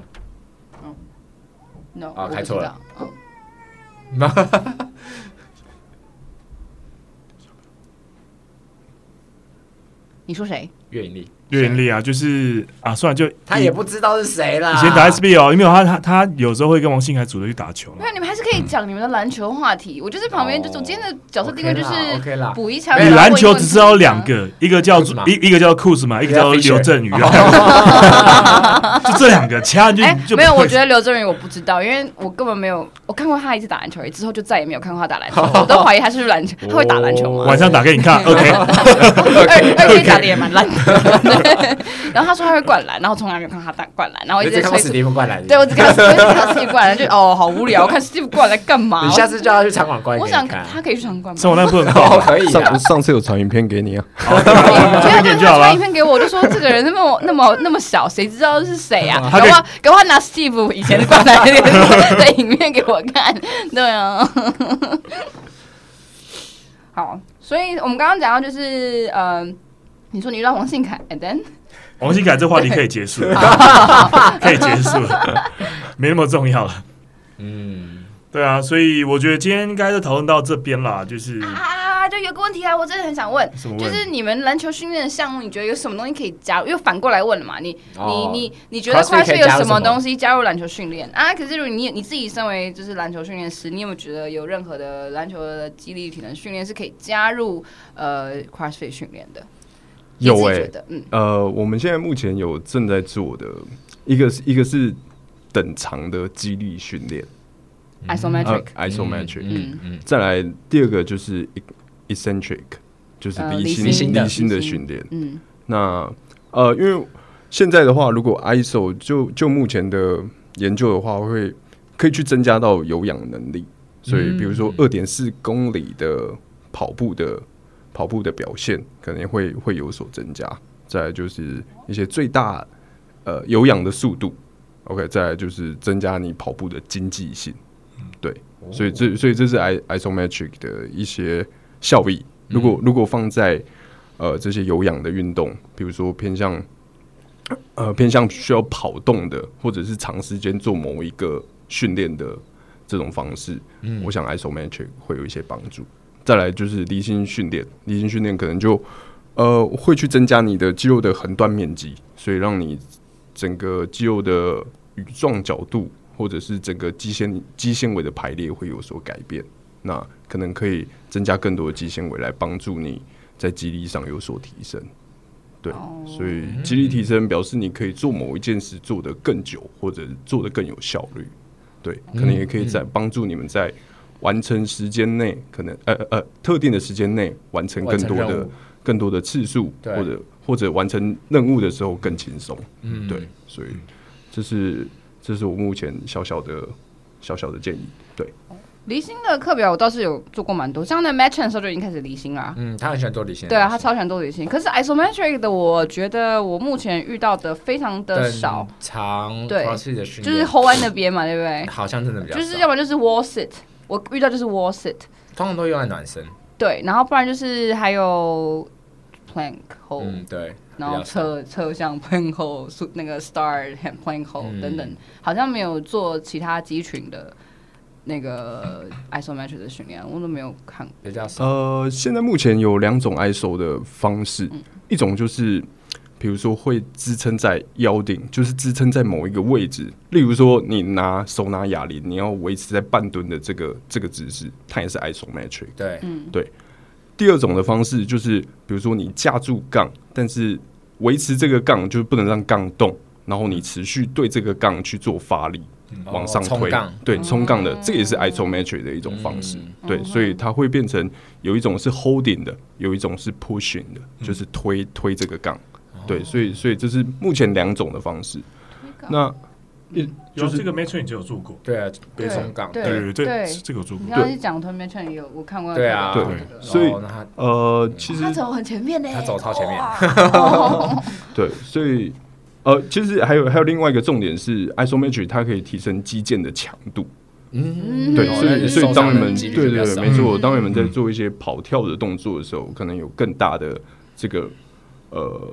No， 啊，开错了。 你说谁？ 岳银丽， 岳银丽啊，就是啊，算了，就他也不知道是谁啦。 以前打 S B L， 因为他他他有时候会跟王信凯组队去打球。 没有，你们还是可可以讲你们的篮球话题。我就是旁边，就是我今天的角色定位就是补一场。 你篮球只知道两个，一个叫一一个叫库斯嘛，一个叫刘振宇，就这两个，其他就就没有。我觉得刘振宇我不知道，因为我根本没有我看过他一次打篮球，之后就再也没有看过他打篮球。我都怀疑他是不是篮球，他会打篮球吗？ 晚上打给你看 ，OK。 二 K 打的也蛮烂的。然后他说他会灌篮，然后从来没有看他打灌篮，然后一直看史蒂夫灌篮。 对，我只看史蒂夫灌篮，就哦好无聊，我看史蒂夫灌篮干嘛？ 你下次叫他去场馆灌。 我想他可以去场馆吗？ 场馆不能灌，可以。 上上次有传影片给你啊， 传影片给我，我就说这个人那么那么那么小，谁知道是谁啊？给我给我拿 Steve 以前的灌篮的影片给我看，对啊。好，所以我们刚刚讲到就是呃，你说你遇到王信凯 ，and then 王信凯这话题可以结束了，可以结束了，没那么重要了。嗯，对啊，所以我觉得今天应该就讨论到这边啦，就是啊，就有个问题啊，我真的很想问，就是你们篮球训练的项目，你觉得有什么东西可以加入？又反过来问了嘛，你、哦、你你你觉得 CrossFit 有什么东西加入篮球训练啊？可是如果你你自己身为就是篮球训练师，你有没有觉得有任何的篮球的肌力体能训练是可以加入呃 CrossFit 训练的？ 有哎、欸，嗯，呃，我们现在目前有正在做的一个一个是等长的肌力训练 ，isometric， 呃、isometric，嗯嗯，再来第二个就是 eccentric， 就是离心、呃、离心的训练，嗯，那呃，因为现在的话，如果 I S O 就就目前的研究的话，会可以去增加到有氧能力，所以比如说二点四公里的跑步的。跑步的表现可能会会有所增加，再来就是一些最大呃有氧的速度 ，OK， 再来就是增加你跑步的经济性，对，哦、所以这所以这是 isometric 的一些效益。如果、嗯、如果放在呃这些有氧的运动，比如说偏向呃偏向需要跑动的，或者是长时间做某一个训练的这种方式，嗯、我想 isometric 会有一些帮助。再来就是离心训练，离心训练可能就呃会去增加你的肌肉的横断面积，所以让你整个肌肉的羽状角度或者是整个肌纤肌纤维的排列会有所改变，那可能可以增加更多的肌纤维来帮助你在肌力上有所提升。对，所以肌力提升表示你可以做某一件事做得更久，或者做得更有效率。对，可能也可以在帮助你们在完成时间内，可能呃呃特定的时间内完成更多的更多的次数，或者或者完成任务的时候更轻松。嗯，对，所以这是这是我目前小小的小小的建议。对， 离心的课表我倒是有做过蛮多，像在 Match 的时候就已经开始离心啦。 嗯，他很喜欢做离心。 对啊，他超喜欢做离心。可是 isometric 的，我觉得我目前遇到的非常的少。 长对， 的训练就是 hold 在那边嘛，对不对？ 好像真的比较少。 就是要不然就是 wall sit。我遇到就是 wall sit， 通常都用在暖身。 对，然后不然就是还有 plank hold， 嗯，对， 然后侧侧向 plank hold， 那个 start and plank hold、嗯、等等，好像没有做其他肌群的那个 isometric 的训练，我都没有看过。 比较少。 呃，现在目前有两种 I S O 的方式，嗯、一种就是比如说会支撑在腰顶，就是支撑在某一个位置。例如说，你拿手拿哑铃，你要维持在半蹲的这个这个姿势，它也是 isometric。 对， 嗯， 对。第二种的方式就是，比如说你架住杠，但是维持这个杠就是不能让杠动，然后你持续对这个杠去做发力，嗯、往上推， 哦、 对，冲杠的，这个也是 isometric 的一种方式。嗯、对，所以它会变成有一种是 holding 的，有一种是 pushing 的，嗯、就是推推这个杠。对，所以所以这是目前两种的方式。那就是这个 Match 你就有做过， 对啊，别冲杠， 对对对，这个有做过。 你刚刚讲的 Match 也有我看过， 对啊， 对，所以呃，其实他走很前面呢， 他走超前面， 对，所以呃，其实还有还有另外一个重点是 isometric 它可以提升肌腱的强度。嗯，对，所以所以当你们对对对，没错，当你们在做一些跑跳的动作的时候，可能有更大的这个。呃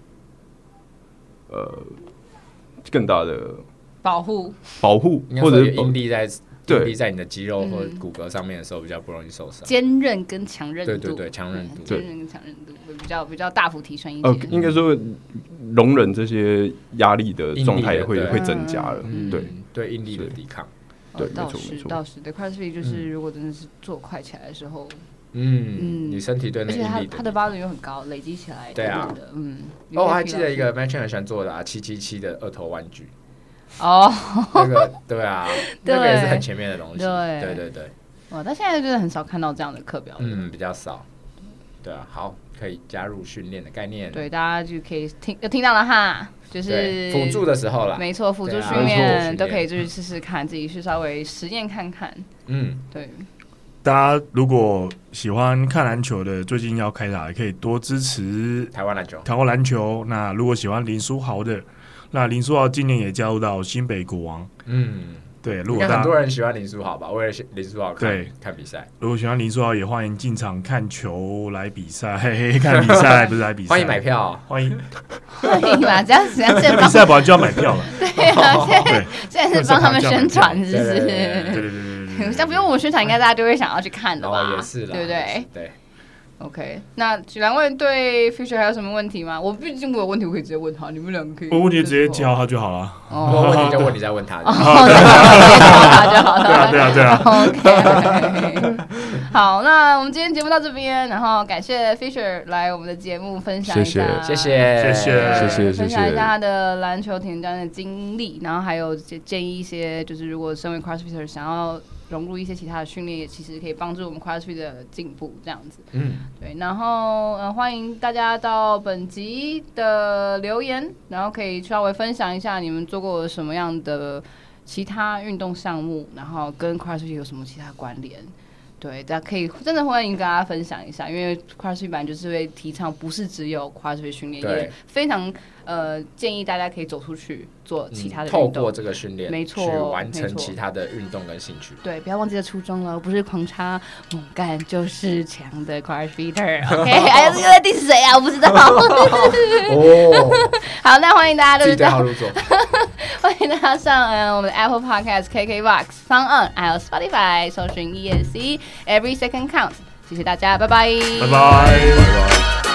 呃，更大的保护保护，或者应力在应力在你的肌肉或者骨骼上面的时候，比较不容易受伤。 坚韧跟强韧度， 对对对，强韧度， 坚韧跟强韧度会比较比较大幅提升一些。 呃，应该说容忍这些压力的状态会会增加了。对对，应力的抵抗。 对， 哦、倒没错没错。 是倒是对 CrossFit 就是如果真的是做快起来的时候， 嗯嗯，你身体对那而且它个引力的， 它的 volume 又很高，累积起来， 对啊， 嗯。 哦，我还记得一个 Match 很喜欢做的啊，七七七的二头弯举。 哦， 那个对啊，那个也是很前面的东西， 对对对对。 哇，但现在真的很少看到这样的课表， 嗯，比较少。对啊，好，可以加入训练的概念。 对，大家就可以听，有听到了哈，就是辅助的时候啦， 没错，辅助训练都可以去试试看，自己去稍微实验看看。嗯，对。 大家如果喜欢看篮球的，最近要开打，也可以多支持台湾篮球。 台湾篮球。那如果喜欢林书豪的，那林书豪今年也加入到新北国王。嗯，对。如果大家很多人喜欢林书豪吧，为了林书豪看看比赛。 如果喜欢林书豪，也欢迎进场看球来比赛，嘿嘿，看比赛不是来比赛。 欢迎买票， 欢迎欢迎吧，这样子，这样比赛本来就要买票了。 对啊，现在现在是帮他们宣传，是不是？ 对对对对。 像不用我们宣传，应该大家就会想要去看的吧？ 哦，也是啦， 对不对？ 对。 OK， 那两位对 Fisher 还有什么问题吗？我毕竟我有问题，我可以直接问他，你们两个可以。 我问题直接教他就好了。 我问题就问你，再问他。 哦，对，他就好了。 对啊，对啊，对啊。OK， 好，那我们今天节目到这边，然后感谢 Fisher 来我们的节目分享一下， 谢谢， 谢谢， 谢谢， 分享一下他的篮球体能教练的经历，然后还有建议一些，就是如果身为 CrossFitter 想要融入一些其他的训练，也其实可以帮助我们 CrossFit 的进步，这样子。嗯，对。然后呃，欢迎大家到本集的留言，然后可以稍微分享一下你们做过什么样的其他运动项目，然后跟 CrossFit 有什么其他关联。对，大家可以真的欢迎跟大家分享一下，因为 CrossFit 本来就是会提倡不是只有 CrossFit 训练，也非常呃建议大家可以走出去做其他的运动， 嗯、透过这个训练， 没错， 去完成其他的运动跟兴趣。 对，不要忘记了初衷了，不是狂插猛干就是强的 CrossFitter。OK， 哎呀，这个在 diss 谁啊？我不知道。哦，好，那欢迎大家都是对号入座。欢迎大家上呃我们的 Apple Podcast、K K Box、SoundOn 还有 Spotify 搜寻 E S C Every Second Count， 谢谢大家，拜拜， 拜拜，拜拜。